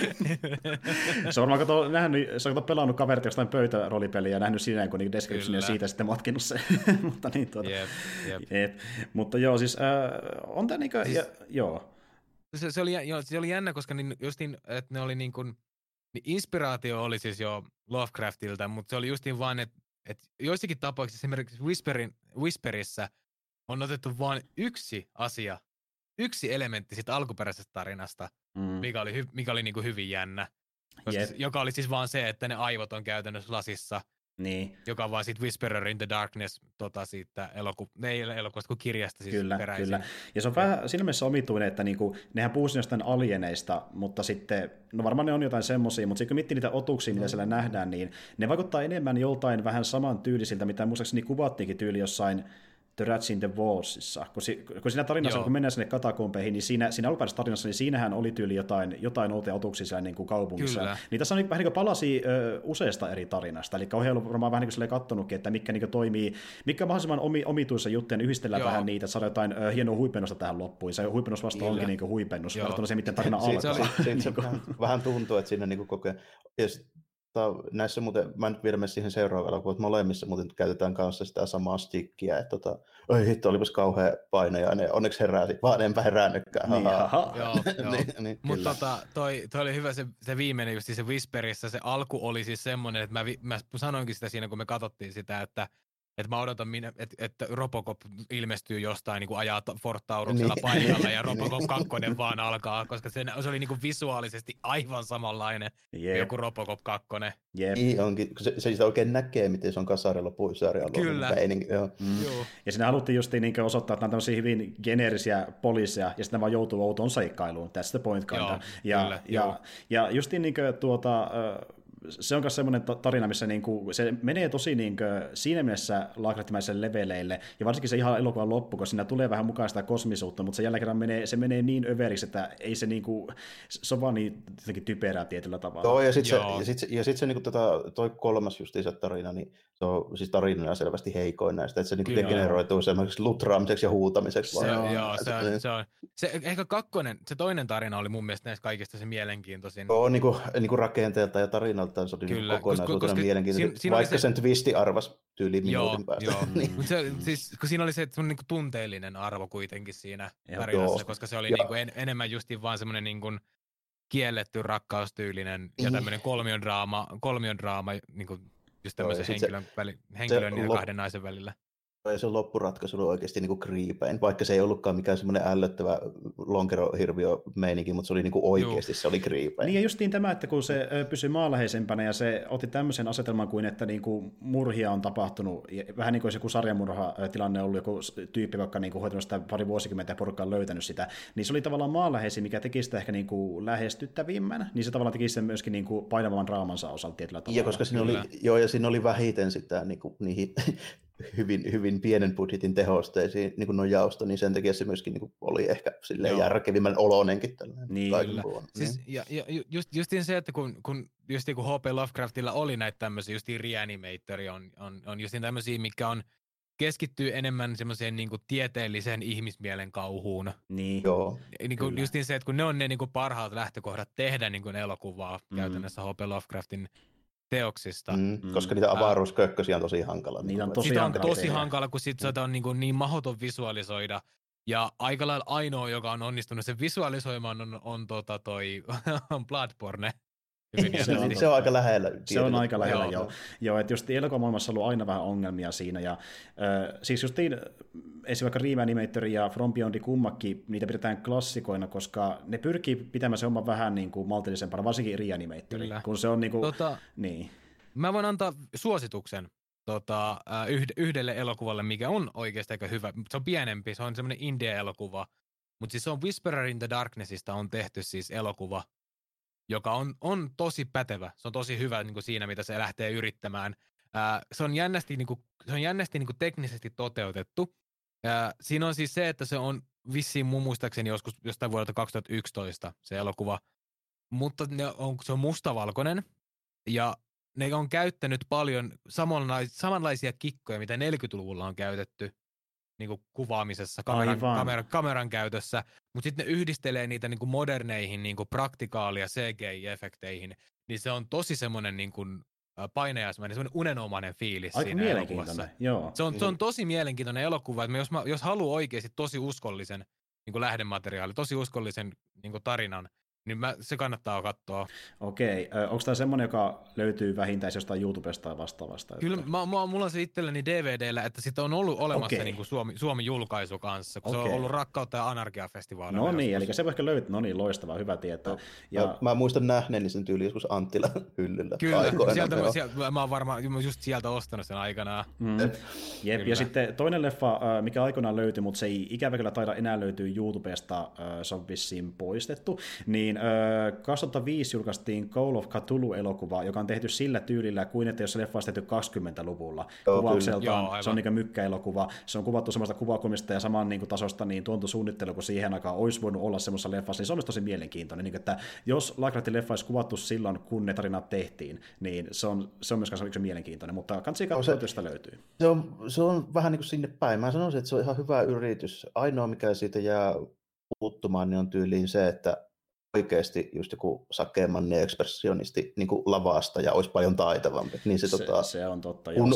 Se on varmaan sä oot pelannut kaverit jostain pöytäroolipeliä ja nähnyt siinä kun niin description ja siitä sitten matkinut se. Mutta niin Jep. Mutta joo, siis on tämä niinku, joo. Se oli jännä, koska justiin, että ne oli niin kuin, niin inspiraatio oli siis jo Lovecraftilta, mutta se oli justiin vaan, että joissakin tapauksissa esimerkiksi Whisperissä on otettu vain yksi asia, yksi elementti siitä alkuperäisestä tarinasta, mikä oli niin kuin hyvin jännä. Joka oli siis vaan se, että ne aivot on käytännössä lasissa. Niin. Joka on vaan siitä Whisperer in the Darkness siitä elokuvasta kuin kirjasta siis peräisin. Kyllä. Ja se on vähän siinä mielessä omituinen, että niinku, nehän puhuisi jostain alieneista, mutta sitten, no varmaan ne on jotain semmosia, mutta sitten kun miettii niitä otuksia, mitä siellä nähdään, niin ne vaikuttaa enemmän joltain vähän saman tyylisiltä, mitä muistaakseni kuvattiinkin tyyli jossain The Rats in the Wallsissa. Kun siinä tarinassa, kun mennään sinne katakompeihin, niin siinä alkuperäisessä tarinassa, niin siinähän oli tyyli jotain outoja otuksia siellä niin kuin kaupungissa. Kyllä. Niin tässä on vähän niin kuin palasia useasta eri tarinasta. Eli ohjaaja on varmaan vähän niin kuin kattonutkin, että mikä niin toimii, mikä mahdollisimman omituissa juttuja, niin yhdistellään vähän niitä, että saadaan jotain hienoa huipennusta tähän loppuun. Se huipennus vasta onkin niin kuin huipennus, verrattuna siihen, miten tarina alkaa. Se vähän tuntuu, että siinä niin kokee. Näissä muuten, mä nyt vielä menen siihen seuraavaan elokuvan, että molemmissa muuten käytetään kanssa sitä samaa stikkiä, että oi hitto, olipas kauhea painajainen, onneksi heräsi, vaan enpä herännytkään. Niin, mutta toi oli hyvä se viimeinen just se Whisperissä, se alku oli siis semmoinen, että mä sanoinkin sitä siinä, kun me katsottiin sitä, että mä odotan, että Robocop ilmestyy jostain, niin kuin ajaa Fort Tauruksella paikalla ja Robocop 2 vaan alkaa, koska se oli niin kuin visuaalisesti aivan samanlainen kuin joku Robocop 2. Niin onkin, se oikein näkee, miten se on kasarilla puisääriä. Kyllä. Ja siinä haluttiin just niin osoittaa, että nämä on tämmöisiä hyvin geneerisiä poliiseja, ja sitten ne vaan joutuu outoon seikkailuun. That's the point, kinda. Ja justiin niin se on myös semmoinen tarina, missä niinku, se menee tosi niinku, siinä mielessä Lovecraftimaiselle leveleille, ja varsinkin se ihan elokuvan loppu, kun siinä tulee vähän mukaan sitä kosmisuutta, mutta se jälleen kerran menee niin överiksi, että ei se niinku, se on vaan niin jotenkin typerää tietyllä tavalla. Joo, ja sitten se niinku toi kolmas justiinsa tarina, niin se on siis tarinana selvästi heikoin näistä, että se niinku degeneroituu semmoiseksi lutraamiseksi ja huutamiseksi. Ehkä se toinen tarina oli mun mielestä näistä kaikista se mielenkiintoisin. Joo, niinku rakenteelta ja tarinaltaan se oli kyllä, kokonaisuutena mielenkiintoinen, vaikka sen twisti arvas tyyliin minuutin päästä. Joo, mutta siis, kun siinä oli se on niinku tunteellinen arvo kuitenkin siinä tarinassa, koska se oli niinku enemmän justiin vaan semmoinen niinku kielletty rakkaustyylinen ja tämmöinen kolmion draama niinku just tämmöisen henkilön ja kahden naisen välillä. Ja se loppuratkaisu oli oikeasti niinku creepein, vaikka se ei ollutkaan mikään semmoinen ällöttävä lonkerohirviö-meininki, mutta se oli niinku oikeasti se oli creepein. Niin ja justiin tämä, että kun se pysyi maanläheisempänä ja se otti tämmöisen asetelman kuin, että niinku murhia on tapahtunut, vähän niin kuin joku sarjamurha-tilanne ollut, joku tyyppi vaikka niinku hoitanut sitä pari vuosikymmentä ja porukka on löytänyt sitä, niin se oli tavallaan maanläheisin, mikä teki sitä ehkä niinku lähestyttävimmän, niin se tavallaan teki sen myöskin niinku painavaman draamansa osalta tietyllä tavalla. Ja koska siinä oli vähiten sitä niinku, niihin hyvin pienen budjetin tehosteisiin niin nojausta, niin sen takia se myöskin niin oli ehkä silleen järkevimmän olonenkin tällainen. Niin, kyllä. Siis, ja justiin se, että kun H.P. Lovecraftilla oli näitä tämmöisiä, justiin Reanimator on justiin tämmöisiä, mikä on keskittyy enemmän semmoiseen niin kuin tieteelliseen ihmismielen kauhuun. Niin. Joo. Niin kuin justiin se, että kun ne on ne niin kuin parhaat lähtökohdat tehdä niin kuin elokuvaa käytännössä H.P. Lovecraftin teoksista. Koska niitä avaruuskökkösiä on tosi hankala. Niitä on tosi hankala, kun sit sitä on niin mahdoton visualisoida. Ja aika lailla ainoa, joka on onnistunut sen visualisoimaan, on Bloodborne. Se on aika lähellä. Se on aika lähellä, joo. Että just elokuvamaailmassa on ollut aina vähän ongelmia siinä. Ja, siis justiin esimerkiksi vaikka Reanimator ja From Beyond kummakin, niitä pidetään klassikoina, koska ne pyrkii pitämään se homma vähän niin kuin maltillisempana, varsinkin Reanimator. Kun se on niin kuin, niin. Mä voin antaa suosituksen yhdelle elokuvalle, mikä on oikeasti aika hyvä. Se on pienempi, se on semmoinen indie-elokuva. Mutta siis se on Whisperer in the Darknessista on tehty siis elokuva, joka on tosi pätevä. Se on tosi hyvä niin kuin siinä, mitä se lähtee yrittämään. Se on jännästi niin kuin teknisesti toteutettu. Siinä on siis se, että se on vissiin mun muistaakseni joskus jostain vuodelta 2011 se elokuva, mutta se on mustavalkoinen ja ne on käyttänyt paljon samanlaisia kikkoja, mitä 40-luvulla on käytetty niin kuin kuvaamisessa, kameran käytössä, mutta sitten ne yhdistelee niitä niin kuin moderneihin niin kuin praktikaali- ja CGI-efekteihin, niin se on tosi semmoinen niin kuin painajaismainen, semmoinen unenomainen fiilis aika siinä elokuvassa. Joo. Se on tosi mielenkiintoinen elokuva, että jos haluaa oikeasti tosi uskollisen niin kuin lähdemateriaali, tosi uskollisen niin kuin tarinan, niin se kannattaa katsoa. Okei. Onko tämä semmoinen, joka löytyy vähintään jostain YouTubesta tai vastaavasta? Kyllä, mulla on se itselleni DVDllä, että sitä on ollut olemassa niin kuin Suomi-julkaisu kanssa, kun se on ollut Rakkautta ja Anarkia-festivaali. No niin, eli se voi ehkä löytää. No niin, loistavaa, hyvä tietää. Ja mä muistan nähneeni sen tyyli joskus Anttilan hyllyllä. Kyllä, mä oon varmaan just sieltä ostanut sen aikanaan. Jep, ja sitten toinen leffa, mikä aikoinaan löytyi, mutta se ei ikävä kyllä taida enää löytyä YouTubesta, se on vissiin poistettu, niin 2005 julkaistiin Call of Cthulhu-elokuva, joka on tehty sillä tyylillä kuin, että jos se leffa olisi tehty 20-luvulla. Kuvaukseltaan se on niin mykkäelokuva, se on kuvattu semmoista kuvakulmista ja saman niin tasosta niin tuontosuunnittelu, kun siihen aikaan olisi voinut olla semmoisessa leffassa, niin se on tosi mielenkiintoinen. Niin, että jos Lovecraftin leffa olisi kuvattu silloin, kun ne tarinat tehtiin, niin se on myös yksi mielenkiintoinen, mutta kannattaa katsoa, että sitä löytyy. Se on vähän niin kuin sinne päin. Mä sanoisin, että se on ihan hyvä yritys. Ainoa, mikä siitä jää puuttumaan, niin on tyyliin se, että oikeasti just joku sakemanni ekspressionisti niin kuin lavasta ja olisi paljon taitavampi. Niin se on totta. Kun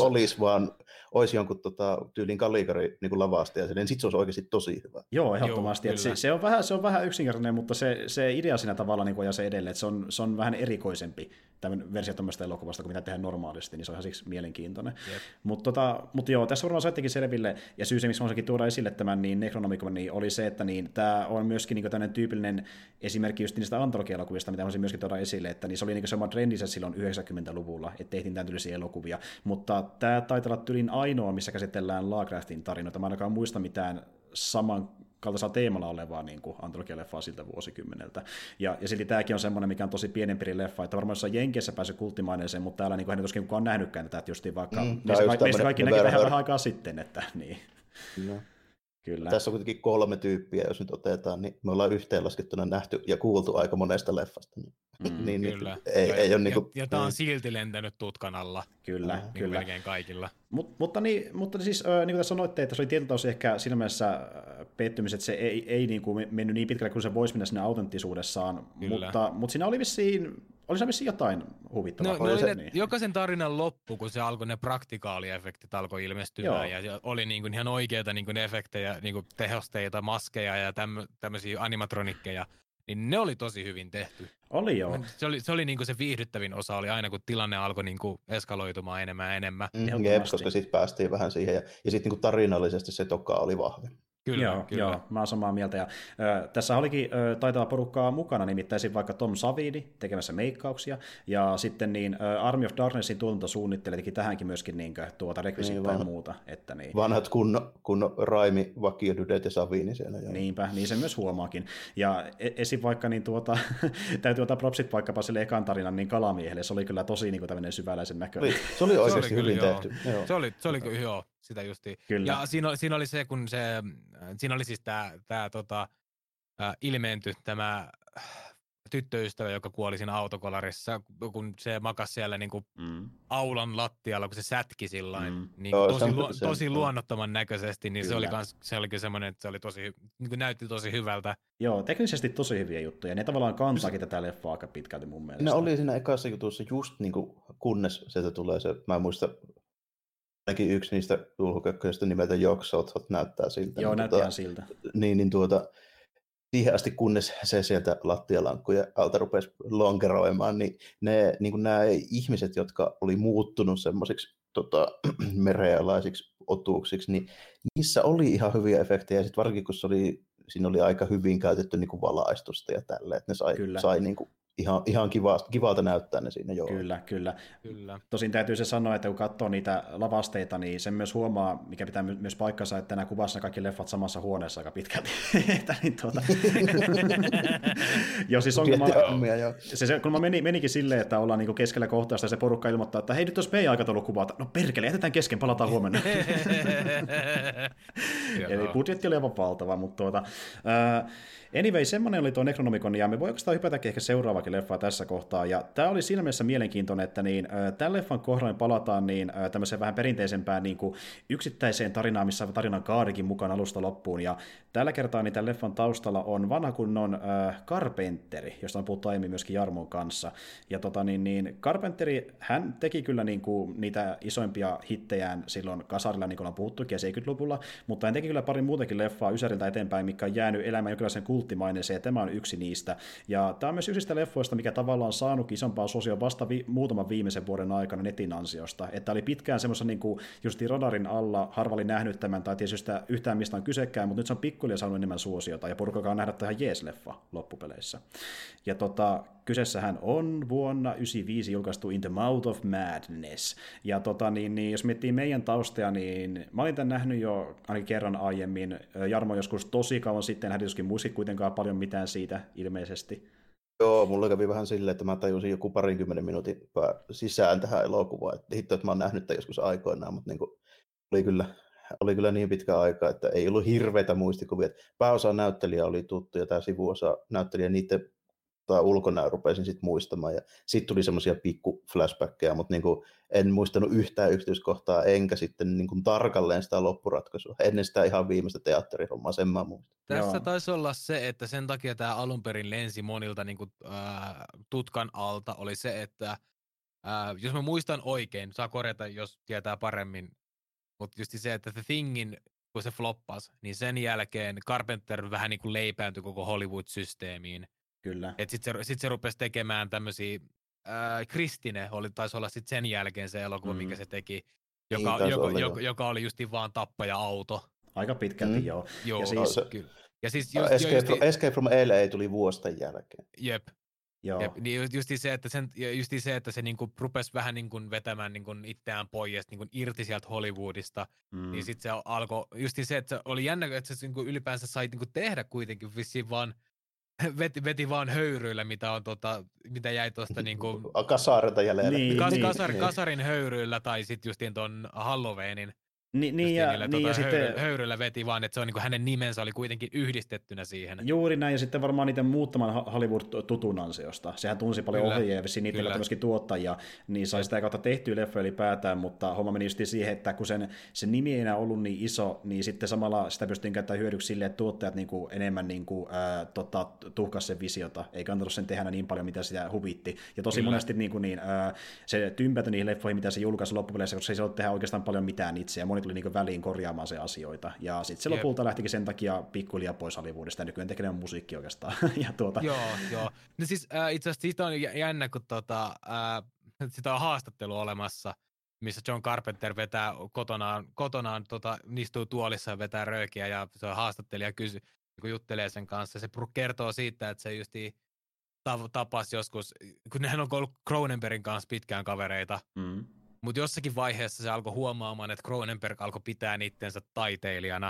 olisi jonkun tyylin Caligari niin kuin lavasta, ja niin sitten se olisi oikeasti tosi hyvä. Joo, ehdottomasti. Se on vähän yksinkertainen, mutta se idea siinä tavalla niin ajaa se edelleen, että se on vähän erikoisempi tämän versio tämmöistä elokuvasta kuin mitä tehdään normaalisti, niin se on ihan siksi mielenkiintoinen. Mutta joo, tässä varmaan saittekin selville, ja syy se, miksi mä tuoda esille tämän niin Necronomicon, niin oli se, että niin, tämä on myöskin niin tämmöinen tyypillinen esimerkki just niistä antologia-elokuvista, mitä haluaisin myöskin tuoda esille, että niin se oli niin se oma trendinsä silloin 90-luvulla, että tehtiin tämän tyylisiä elokuvia, mutta tämä taitaa olla tyylin ainoa, missä käsitellään Lovecraftin tarinoita. Mä ainakaan muista mitään kaltaisella teemalla olevaa niin antologialeffaa siltä vuosikymmeneltä. Ja silti tämäkin on semmoinen, mikä on tosi pienempiri leffa, että varmaan jossain Jenkeissä pääsee kulttimaineeseen, mutta täällä niin ei tuskin kukaan nähnytkään tätä, että justiin vaikka meistä kaikki näki vähän aikaa sitten, että niin. No. Kyllä. Tässä on kuitenkin 3 tyyppiä, jos nyt otetaan, niin me ollaan yhteenlaskettuna nähty ja kuultu aika monesta leffasta. Niin, kyllä. Ei ole niinku... Ja tää on silti lentänyt tutkan alla. Kyllä, niin kyllä. Melkein kaikilla. Mutta siis, niin kuin tässä sanoitte, että se oli tietyltä osin ehkä siinä mielessä pettymys, että se ei niin kuin mennyt niin pitkälle kuin se voisi mennä sinne autenttisuudessaan, mutta siinä oli vissiin jotain huvittavaa. Niin. Jokaisen tarinan loppu, kun se alkoi, ne praktikaaliefektit alkoi ilmestymään, ja oli niin kuin ihan oikeita niin kuin efektejä, niin kuin tehosteita, maskeja ja tämmöisiä animatronikkeja, niin ne oli tosi hyvin tehty. Oli joo. Se oli niinku se viihdyttävin osa, oli aina kun tilanne alkoi niinku eskaloitumaan enemmän ja enemmän. Koska sitten päästiin vähän siihen, ja sitten niinku tarinallisesti se toka oli vahvi. Kyllä. Joo, mä oon samaa mieltä. Ja, tässä olikin taitava porukkaa mukana, nimittäin vaikka Tom Savini tekemässä meikkauksia, ja sitten Army of Darknessin tuotantosuunnittelijat teki tähänkin myöskin rekvisiittaa ja muuta. Että niin. Vanhat kunnon Raimi, vakiodydet ja Savini siellä. Joo. Niinpä, niin se myös huomaakin. Ja esim. Vaikka täytyy ottaa propsit vaikkapa sille ekan tarinan niin kalamiehelle, se oli kyllä tosi niin tämmöinen syväläisen näköinen. Se oli oikeasti hyvin tehty. Se oli joo. Sitä justiin. Kyllä. Ja siinä oli se, kun siinä oli siis ilmeentyi tämä tyttöystävä, joka kuoli siinä autokolarissa, kun se makasi siellä niinku aulan lattialla, kun se sätki sillain, tosi luonnottoman näköisesti, niin se oli kyllä semmoinen, että se oli tosi, niin kuin näytti tosi hyvältä. Joo, teknisesti tosi hyviä juttuja. Ne tavallaan kansaakin tätä leffaa aika pitkälti mun mielestä. Ne oli siinä ekassa jutussa just niin kuin, kunnes sieltä tulee se, mä en muista, ainakin yksi niistä ulkokökköistä nimeltä Jokshot näyttää siltä. Joo, näyttää siltä. Siihen asti, kunnes se sieltä lattialankkujen alta rupesi lonkeroimaan, niin nämä ihmiset, jotka oli muuttunut semmoisiksi merealaisiksi otuuksiksi, niin niissä oli ihan hyviä efektejä, ja sitten varsinkin kun siinä oli aika hyvin käytetty niin kuin valaistusta ja tälleen, että ne sai niin kuin ihan kivalta näyttää ne siinä, joo. Kyllä. Tosin täytyy se sanoa, että kun katsoo niitä lavasteita, niin sen myös huomaa, mikä pitää myös paikkansa, että nämä kuvassa kaikki leffat samassa huoneessa aika pitkälti. Joo, siis on, kun mä menikin silleen, että ollaan niinku keskellä kohtaista ja se porukka ilmoittaa, että hei, nyt olisi meidän aikataulu kuvata. No perkele, jätetään kesken, palataan huomenna. Eli budjetti oli aivan valtava, mutta anyway, semmoinen oli tuo Necronomicon, ja me voi oikeastaan hypätä ehkä seuraavakin leffaa tässä kohtaa, ja tämä oli siinä mielessä mielenkiintoinen, että tämän leffan kohdalla me palataan tämmöiseen vähän perinteisempään yksittäiseen tarinaan, missä tarinan kaarikin mukaan alusta loppuun, ja tällä kertaa tämän leffan taustalla on vanha kunnon Carpenteri, josta on puhuttu aiemmin myöskin Jarmon kanssa, ja Carpenteri, hän teki kyllä niitä isoimpia hittejään silloin kasarilla, niin kuin on puhuttukin, 70-luvulla, mutta hän teki kyllä pari muutakin leffaa Ysäriltä eteenpäin, mikä on jäänyt elämään jonkinlaisen kulttimaineeseen, ja tämä on yksi niistä. Ja tämä on myös yksistä leffoista, mikä tavallaan on saanut isompaa suosioon vasta muutaman viimeisen vuoden aikana netin ansiosta. Että oli pitkään semmoisen justi radarin alla, harva oli nähnyt tämän, tai tietysti yhtään mistä on kysekään, mutta nyt se on pikkuhiljaa saanut enemmän suosiota, ja porukka on nähdä tähän jees-leffa loppupeleissä. Ja kyseessähän on vuonna 1995 julkaistu In the Mouth of Madness. Ja jos miettii meidän taustoja, niin mä olin tämän nähnyt jo ainakin kerran aiemmin. Jarmo joskus tosi kauan sitten, hän joskin muisti kuitenkaan paljon mitään siitä ilmeisesti. Joo, mulla kävi vähän silleen, että mä tajusin joku 20 minuutin sisään tähän elokuvaan. Että hitto, että mä oon nähnyt tämän joskus aikoinaan, mutta oli kyllä niin pitkä aika, että ei ollut hirveitä muistikuvia. Pääosa näyttelijä oli tuttu ja tämä sivuosa näyttelijä, niiden ulkona rupesin sitten muistamaan. Ja sitten tuli semmoisia pikku flashbackkejä, mutta en muistanut yhtään yksityiskohtaa, enkä sitten tarkalleen sitä loppuratkaisua. Ennen sitä ihan viimeistä teatterihommaa, sen mä muistan. Tässä taisi olla se, että sen takia tämä alun perin lensi monilta tutkan alta, oli se, että jos mä muistan oikein, saa korjata, jos tietää paremmin, mutta just se, että The Thingin, kun se floppasi, niin sen jälkeen Carpenter vähän niin kuin leipääntyi koko Hollywood-systeemiime. Kyllä. Sitten se rupesi tekemään tämmöisiä, Kristine taisi olla sitten sen jälkeen se elokuva, minkä se teki, joka oli justiin vaan tappaja-auto. Aika pitkälti, joo. Joo, ja siis, kyllä. Ja siis Escape from LA tuli vuosten jälkeen. Jep. Joo. Niin justi se, että se niinku rupesi vähän niinku vetämään niinku itseään pois niinku irti sieltä Hollywoodista, niin sitten se alkoi, justi se, että se oli jännä, että se niinku ylipäänsä sai niinku tehdä kuitenkin vissiin vaan, veti vaan höyryillä, mitä jäi tuosta niinku... Kasarilta jäljellä. Kasarin höyryillä tai sitten justiin ton Halloweenin. Ja sitten höyryllä veti vaan, että se on niin hänen nimensä oli kuitenkin yhdistettynä siihen. Juuri näin, ja sitten varmaan niiden muutaman Hollywood-tutun ansiosta. Sehän tunsi paljon ohjeja, ja vissiin niitä kautta myöskin tuottajia, niin sai sitä kautta tehtyä leffoja ylipäätään, mutta homma meni just siihen, että kun sen nimi ei enää ollut niin iso, niin sitten samalla sitä pystyttiin käyttämään hyödyksi silleen, että tuottajat niinku enemmän niinku, tuhkas sen visiota, eikä antanut sen tehdä niin paljon, mitä sitä huvitti. Ja tosi monesti se tympätyi niihin leffoihin, mitä se julkaisi loppupeleissä, koska se ei ollut tehdä oikeastaan paljon mitään itse, ja moni tuli niin väliin korjaamaan se asioita. Ja sitten se lopulta lähtikin sen takia pikkuhiljaa pois Hollywoodista, ja nykyään tekee musiikki oikeastaan. Ja Joo. No siis itse asiassa siitä on jännä, kun sitä on haastattelu olemassa, missä John Carpenter vetää kotonaan istuu tuolissa ja vetää röökiä, ja se haastattelija kun juttelee sen kanssa. Se kertoo siitä, että se justi tapasi joskus, kun hän on ollut Cronenbergin kanssa pitkään kavereita, mutta jossakin vaiheessa se alkoi huomaamaan, että Cronenberg alkoi pitää itsensä taiteilijana.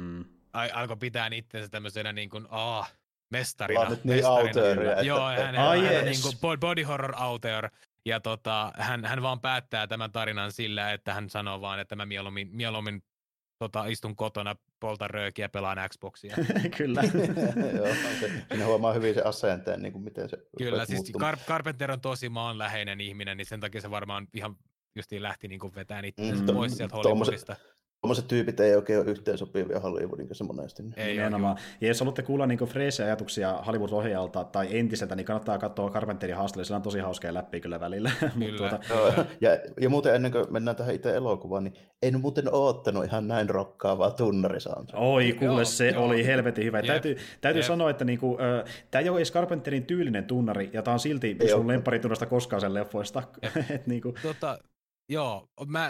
Alkoi pitää itsensä tämmöisenä niin kuin, mestarina. Joo, hän niin kuin body horror auteur. Ja hän vaan päättää tämän tarinan sillä, että hän sanoo vaan, että mä mieluummin istun kotona, poltan röökiä ja pelaan Xboxia. Kyllä. Joo, siinä huomaa hyvin se asenteen, niin kuin miten se... Kyllä, siis Carpenter on tosi maanläheinen ihminen, niin sen takia se varmaan ihan justiin lähti niin kuin vetämään itsensä pois sieltä Hollywoodista. Tuommoiset tyypit ei oikein ole yhteensopivia Hollywoodin kanssa monesti. Ei nimenomaan. Ja jos haluatte kuulla niin freesiä ajatuksia Hollywood-ohjaajalta tai entiseltä, niin kannattaa katsoa Carpenterin haastattelua. Sillä on tosi hauskaa läpi kyllä välillä. Kyllä. Ja muuten ennen kuin mennään tähän itse elokuvaan, niin en muuten oottanut ihan näin rokkaavaa tunnarisoundia. Oi, kuule, se oli helvetin hyvä. Täytyy sanoa, että niinku, tämä ei ole edes Carpenterin tyylinen tunnari, ja tämä on silti sun lemparitunnasta koskaan sen leffoista. Niinku. Joo,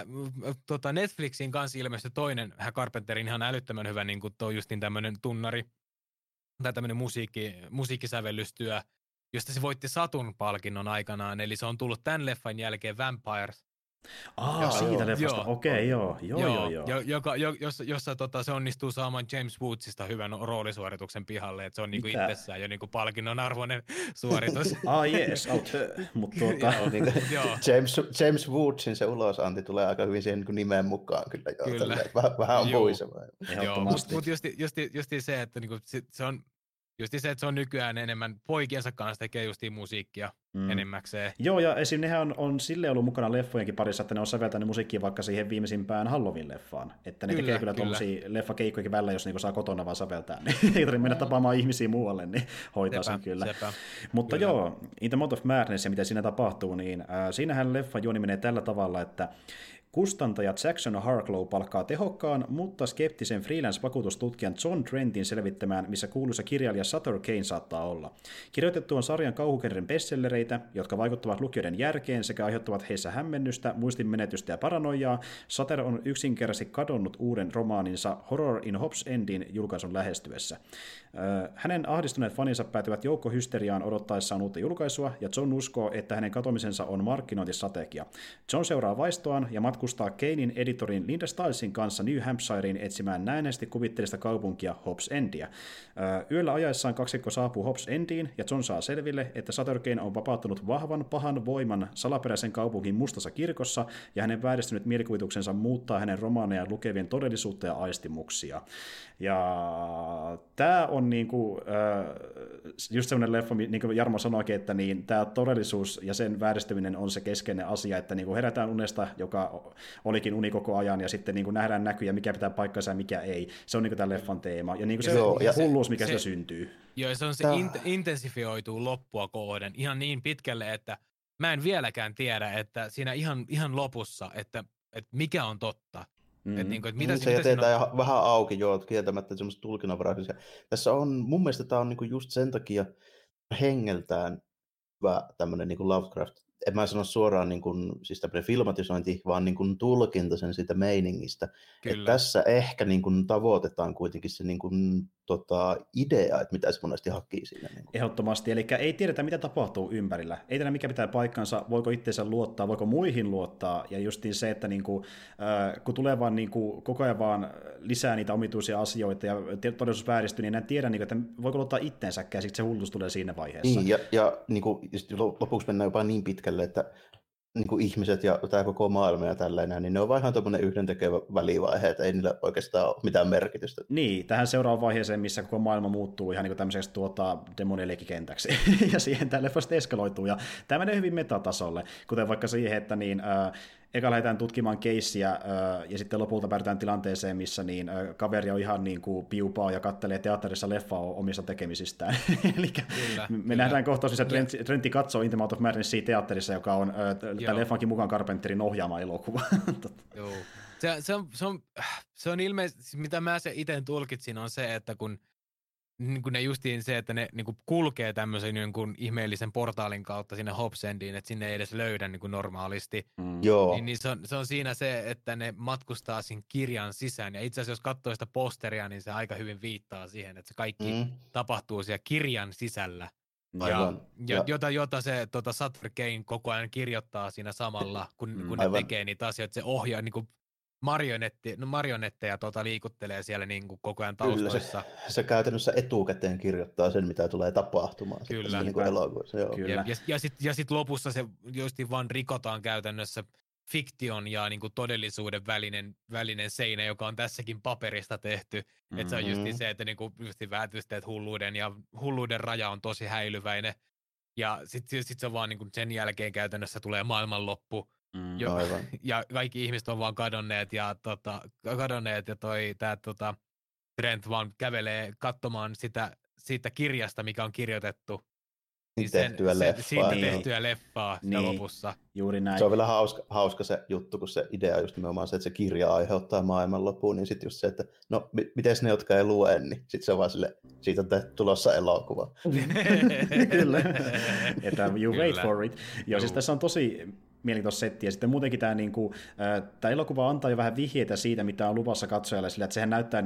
Netflixin kanssa ilmestyi toinen Carpenterin ihan älyttömän hyvä niin kuin justin tämmöinen tunnari tai tämmöinen musiikkisävellystyö, josta se voitti Saturn-palkinnon aikanaan, eli se on tullut tämän leffan jälkeen Vampires. Siitä leffasta, okei, joo. Jossa se onnistuu saamaan James Woodsista hyvän roolisuorituksen pihalle, että se on niinku itsessään jo niinku palkinnon arvoinen suoritus. Yes, mutta James Woodsin se ulosanti tulee aika hyvin siihen niin nimeen mukaan kyllä. Vähän on puiseva. Mutta justi se, että niinku, se on justi se, että se on nykyään enemmän poikiensa kanssa tekee justiin musiikkia enemmäkseen. Joo, ja esim. Nehän on silleen ollut mukana leffojenkin parissa, että ne on säveltänyt musiikkia vaikka siihen viimeisimpään Halloween-leffaan. Että ne tekee kyllä tuollaisia leffakeikkojakin välillä, jos niinku saa kotona vaan säveltää. Niin ei tarvitse mennä tapaamaan ihmisiä muualle, niin hoitaa sen kyllä. Mutta joo, In the Mouth of Madness ja mitä siinä tapahtuu, niin siinähän leffan juoni menee tällä tavalla, että kustantaja Jackson Harklow palkkaa tehokkaan, mutta skeptisen freelance-vakuutustutkijan John Trentin selvittämään, missä kuuluisa kirjailija Sutter Kane saattaa olla. Kirjoitettu on sarjan kauhugenren bestsellereitä, jotka vaikuttavat lukijoiden järkeen sekä aiheuttavat heissä hämmennystä, muistinmenetystä ja paranoiaa. Sutter on yksinkertaisesti kadonnut uuden romaaninsa Horror in Hobbs Endin julkaisun lähestyessä. Hänen ahdistuneet faninsa päätyvät joukkohysteriaan odottaessaan uutta julkaisua, ja John uskoo, että hänen katomisensa on markkinointistrategia. John seuraa vaistoaan ja matkustaa Kanein editorin Linda Stylesin kanssa New Hampshireen etsimään näennäisesti kuvitteellista kaupunkia Hobbs Endia. Yöllä ajaessaan kaksikko saapuu Hobbs Endiin, ja John saa selville, että Sutter Kane on vapauttanut vahvan pahan voiman salaperäisen kaupungin mustassa kirkossa, ja hänen vääristynyt mielikuvituksensa muuttaa hänen romaanejaan lukevien todellisuutta ja aistimuksia. Ja tämä on niinku, just semmoinen leffa, niin kuin Jarmo sanoikin, että niin, tämä todellisuus ja sen vääristyminen on se keskeinen asia, että niinku herätään unesta, joka olikin uni koko ajan, ja sitten niinku nähdään näkyjä, mikä pitää paikkansa ja mikä ei. Se on niinku tämän leffan teema, ja niinku se hulluus, mikä sitä syntyy. Joo, se on se intensifioituu loppua kohden ihan niin pitkälle, että mä en vieläkään tiedä, että siinä ihan lopussa, että mikä on totta. Se jätetään vähän auki, kieltämättä semmoista tulkinnanvaraisia. Tässä on, mun mielestä tämä on niinku just sen takia hengeltään hyvä tämmöinen niinku Lovecraft. En mä sano suoraan niinku, siis tämmöinen filmatisointi, vaan niinku tulkinta sen siitä meiningistä. Että tässä ehkä niinku tavoitetaan kuitenkin se niinku idea, että mitä se monesti hakii siinä. Niin. Ehdottomasti, eli ei tiedetä, mitä tapahtuu ympärillä. Ei tiedä, mikä pitää paikkansa, voiko itseensä luottaa, voiko muihin luottaa, ja justiin se, että niinku, kun tulee vaan niinku, koko ajan vaan lisää niitä omituisia asioita, ja todellisuus vääristyy, niin en tiedä, niinku, että voiko luottaa itseensäkään, sitten se hulluus tulee siinä vaiheessa. Niin, ja niinku, lopuksi mennään jopa niin pitkälle, että niin ihmiset ja tämä koko maailma ja tällainen, niin ne on vaan ihan tämmöinen yhdentekevä välivaihe, että ei niillä oikeastaan ole mitään merkitystä. Niin, tähän seuraavaan vaiheeseen, missä koko maailma muuttuu ihan niin tämmöiseksi demonileikikentäksi, ja siihen tämä leffa eskaloituu, ja tämä menee hyvin metatasolle, kuten vaikka siihen, että eka lähdetään tutkimaan keissiä, ja sitten lopulta päädytään tilanteeseen, missä kaveri on ihan niin kuin piupaa ja kattelee teatterissa leffaa omista tekemisistään. Eli me nähdään kohtaus, missä Trentti katsoo In the Mouth of Madnessia teatterissa, joka on tämän leffankin mukaan Carpenterin ohjaama elokuva. Joo. Se on ilmeisesti, mitä mä se itse tulkitsin, on se, että kun ne justiin se, että ne niin kuin kulkee tämmöisen niin kuin ihmeellisen portaalin kautta sinne Hobsendiin, että sinne ei edes löydä niin kuin normaalisti. Niin se on siinä se, että ne matkustaa siinä kirjan sisään. Ja itse asiassa jos katsoo sitä posteria, niin se aika hyvin viittaa siihen, että se kaikki tapahtuu siellä kirjan sisällä. Jota se Sutter Kane koko ajan kirjoittaa siinä samalla, kun ne tekee niitä asioita. Se ohjaa niin kuin marionetteja liikuttelee siellä niin kuin koko ajan taustoissa. Kyllä, se käytännössä etukäteen kirjoittaa sen, mitä tulee tapahtumaan. Kyllä. Niin kuin elokuvassa, joo. Kyllä. Ja sit lopussa se just vaan rikotaan käytännössä fiktion ja niin kuin todellisuuden välinen seinä, joka on tässäkin paperista tehty. Että se on just se, että niin kuin just väätysteet hulluuden raja on tosi häilyväinen. Ja sit se on vaan niin kuin sen jälkeen käytännössä tulee maailmanloppu. Ja kaikki ihmiset on vaan kadonneet ja Trent vaan kävelee katsomaan siitä kirjasta, mikä on kirjoitettu. Tehtyä leffaa lopussa. Juuri näin. Se on vielä hauska se juttu, kun se idea on just nimenomaan se, että se kirja aiheuttaa maailmanloppuun, niin sitten just se, että no miten ne, jotka ei lue, niin sitten se on vaan sille, siitä on tulossa elokuva. Kyllä. Että you wait for it. Joo, siis tässä on tosi mielenkiintoista settiä. Sitten muutenkin tämä elokuva antaa jo vähän vihjeitä siitä, mitä on luvassa katsojalle, sillä että sehän näyttää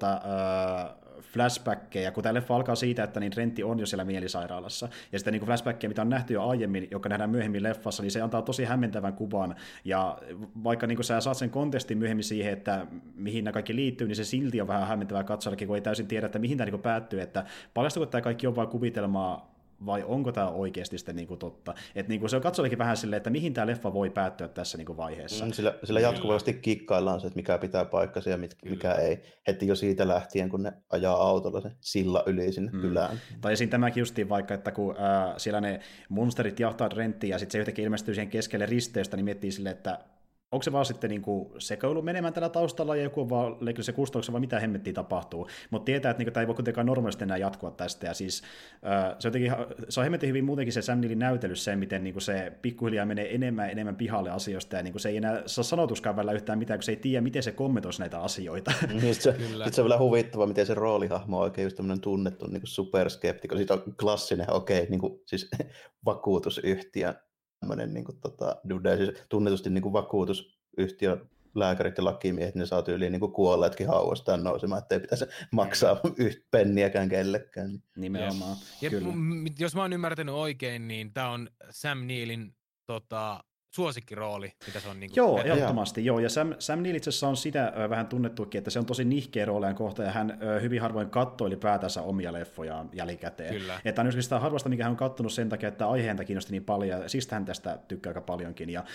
flashbackkejä, kun tämä leffa alkaa siitä, että Trentti on jo siellä mielisairaalassa. Ja sitten flashbackkejä, mitä on nähty jo aiemmin, joka nähdään myöhemmin leffassa, niin se antaa tosi hämmentävän kuvan. Ja vaikka sä saat sen kontekstin myöhemmin siihen, että mihin nämä kaikki liittyy, niin se silti on vähän hämmentävää katsojallekin, kun ei täysin tiedä, että mihin tämä päättyy, että paljastuuko tämä kaikki on vain kuvitelmaa, vai onko tämä oikeasti sitten totta? Että se on katsojallekin vähän silleen, että mihin tämä leffa voi päättyä tässä vaiheessa. Sillä jatkuvasti kikkaillaan se, että mikä pitää paikkansa ja mikä ei. Heti jo siitä lähtien, kun ne ajaa autolla sen silla yli sinne kylään. Tai esiin tämäkin justiin vaikka, että kun siellä ne monsterit jahtaa Trenttiä ja sitten se yhtäkkiä ilmestyy siihen keskelle risteystä, niin miettii silleen, että onko se vaan sitten sekoilu menemään tällä taustalla ja joku on vaan leikillä se kustannuksessa, vai mitä hemmettiin tapahtuu. Mutta tietää, että tämä ei voi kuitenkaan normaalisti enää jatkua tästä. Ja siis se on hemmetin hyvin muutenkin se Sam Neillin näytely, se miten se pikkuhiljaa menee enemmän pihalle asioista. Ja se ei enää saa sanotuskaan välillä yhtään mitään, kun se ei tiedä, miten se kommentoisi näitä asioita. Sitten se on vielä huvittava, miten se roolihahmo on oikein just tämmöinen tunnettu superskeptikko. Siitä on klassinen, siis vakuutusyhtiö. Tämmöinen dude, siis tunnetusti vakuutusyhtiön lääkärit ja lakimiehet, ne saa tyyliin kuolleetkin hauvastaan nousemaan, ettei pitäisi maksaa penniäkään kellekään. Nimenomaan. Kyllä. Jos mä oon ymmärtänyt oikein, niin tää on Sam Neillin suosikkirooli, mitä se on Joo, ehdottomasti. Joo. Ja Sam Neill itse asiassa on sitä vähän tunnettukin, että se on tosi nihkeä roolien kohta, ja hän hyvin harvoin katsoo ylipäätänsä omia leffojaan jälkikäteen. Kyllä. Että on joskin sitä harvasta, mikä hän on kattonut sen takia, että aiheentä kiinnosti niin paljon, ja siis hän tästä tykkää aika paljonkin. Ja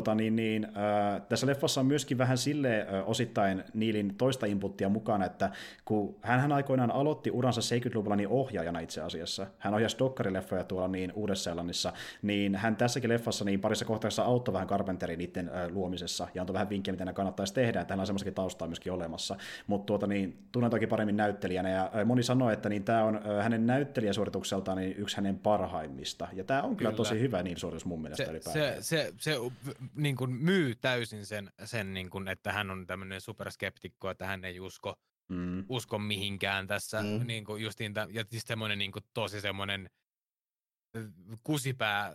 tässä leffassa on myöskin vähän silleen osittain Neillin toista inputtia mukana, että kun hän aikoinaan aloitti uransa 70-luvulla ohjaajana itse asiassa, hän ohjasi dokkarileffoja tuolla Uudessa-Seelannissa, niin hän tässäkin leffassa parissa kohtaisessa auttoi vähän Carpenterin niiden luomisessa, ja antoi vähän vinkkejä, mitä ne kannattaisi tehdä, että hänellä on semmoistakin taustaa myöskin olemassa. Mutta tunnen toki paremmin näyttelijänä, ja moni sanoi, että tämä on hänen näyttelijäsuoritukseltaan yksi hänen parhaimmista, ja tämä on kyllä tosi hyvä suoritus mun mielestä ylipäätään. Se niin kuin myy täysin sen niin kuin, että hän on tämmöinen superskeptikko, että hän ei usko mihinkään tässä, niin kuin justiin, ja siis semmoinen niin kuin tosi semmoinen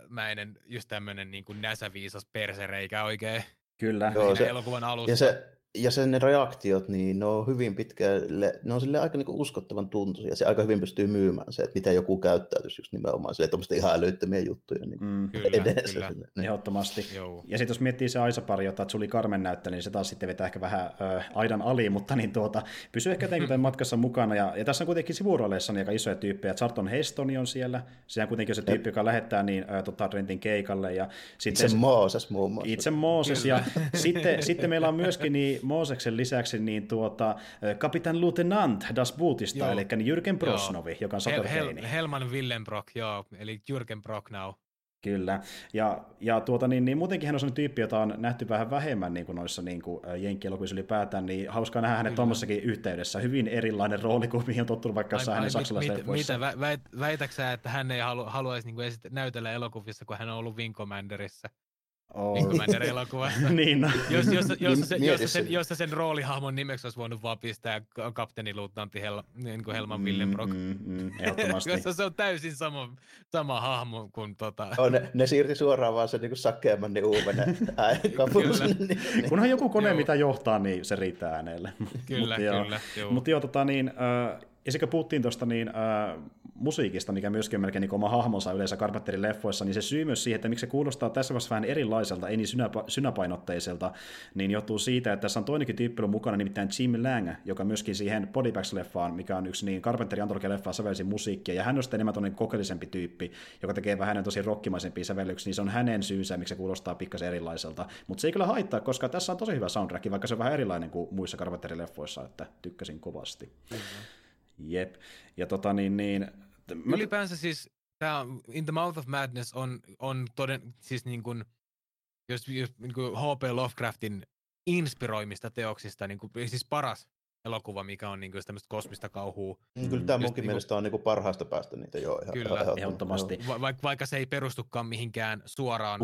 kusipäämäinen, just tämmönen niin kuin näsäviisas persereikä oikein. Kyllä. Siinä elokuvan alussa. Ja Ja sen ne reaktiot, niin ne on hyvin pitkälle, ne on sille aika niinku uskottavan tuntuisia, ja se aika hyvin pystyy myymään se, että miten joku käyttäytyisi just nimenomaan sille, tuommoista ihan älyttömiä juttuja niin edessä. Kyllä. Ehdottomasti. Joo. Ja sitten jos miettii se Aisa-pari, jota Julie Carmen näytteli, niin se taas sitten vetää ehkä vähän aidan ali, mutta niin pysyy ehkä jotenkin matkassa mukana. Ja tässä on kuitenkin sivurooleissa aika isoja tyyppejä. Charlton Heston on siellä. Sehän kuitenkin on se tyyppi, joka lähettää niin, Trentin keikalle. Ja sitten itse Mooses muun muassa. Itse Mooses. Ja sitten meillä on myöskin niin Mooseksen lisäksi niin Kapitan Lieutenant Das Bootista, eli niin Jürgen Prosnovi, joka on Satorheini. Helman Willenbrock, joo, eli Jürgen Prochnow. Kyllä, ja niin muutenkin hän on sellainen tyyppi, jota on nähty vähän vähemmän niin kuin noissa niin kuin jenkkielokuvissa ylipäätään, niin hauskaa nähdä hänet tuommoisessakin yhteydessä. Hyvin erilainen rooli kuin mihin on tottunut vaikka jossain hänen saksalaisleffoissa. Mitä, väitätkö sä, että hän ei haluaisi niin kuin näytellä elokuvissa, kun hän on ollut Wing Commanderissa? Wing Commander-elokuvassa. Niin, no. Jossa sen roolihahmon nimeksi olisi voinut vaan pistää kapteeniluutnantti Helman Willenbrock. Ehdottomasti. Jossa se on täysin sama hahmo kuin Ne siirti suoraan vaan sen niin sakeamman uuvenen äänikapulun. Kunhan joku kone, mitä johtaa, niin se riittää äänelle. Kyllä. Mutta joo, ja sekä puhuttiin tuosta musiikista, mikä myöskin on melkein niin oma hahmonsa yleensä Carpenterin leffoissa, niin se syy myös siihen, että miksi se kuulostaa tässä vaiheessa vähän erilaiselta, ei niin synäpainotteiselta, niin johtuu siitä, että tässä on toinenkin tyyppi mukana, nimittäin Jim Lang, joka myöskin siihen Body Bags-leffaan, mikä on yksi niin Carpenterin antologia-leffaa sävelsi musiikkia, ja hän on sitten enemmän tuollainen kokeellisempi tyyppi, joka tekee vähän tosi rockimaisempia sävellyksiä, niin se on hänen syynsä, miksi se kuulostaa pikkasen erilaiselta. Mutta se ei kyllä haittaa, koska tässä on tosi hyvä soundtrack, vaikka se on vähän erilainen kuin muissa Carpenterin leffoissa, että tykkäsin kovasti. Jep. Ja ylipäänsä siis tämä In the Mouth of Madness on siis niin kuin, jos niin kuin H.P. Lovecraftin inspiroimista teoksista niin kuin, siis paras elokuva, mikä on niin kuin tämmöistä kosmista kauhua. Kyllä tämä munkin mielestä on niin kuin parhaasta päästä niitä jo ihan ehdottomasti. Vaikka se ei perustukaan mihinkään suoraan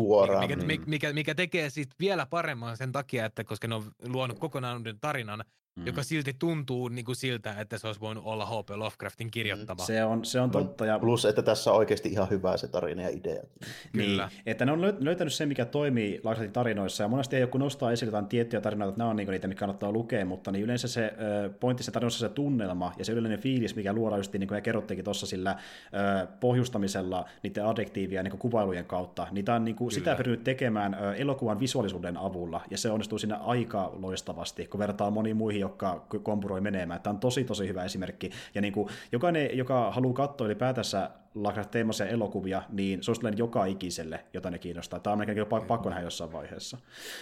mikä tekee siitä vielä paremman sen takia, että koska ne on luonut kokonaan uuden tarinan, joka silti tuntuu niin kuin siltä, että se olisi voinut olla H.P. Lovecraftin kirjoittama. Se on totta. Ja plus, että tässä on oikeasti ihan hyvä se tarina ja idea. Kyllä. Niin, että ne on löytänyt se, mikä toimii Lovecraftin tarinoissa, ja monesti ei joku nostaa esille jotain tiettyjä tarinoita, että nämä on niitä, mitkä kannattaa lukea, mutta niin yleensä se pointti se tarinoissa se tunnelma ja se yleinen fiilis, mikä luodaan just niin kuin kerrottiinkin tuossa sillä pohjustamisella niiden adjektiivia niin kuvailujen kautta, niitä on niin kuin sitä pyrinyt tekemään elokuvan visuaalisuuden avulla, ja se onnistuu siinä aika loistavasti, kun vertaa moniin muihin, jotka kompuroi menemään. Tämä on tosi hyvä esimerkki. Ja niin kuin jokainen, joka haluaa katsoa ylipäätänsä Lovecraft-teemaisia elokuvia, niin suosittelen joka ikiselle, jota ne kiinnostaa. Tämä on melkein pakko nähdä jossain vaiheessa.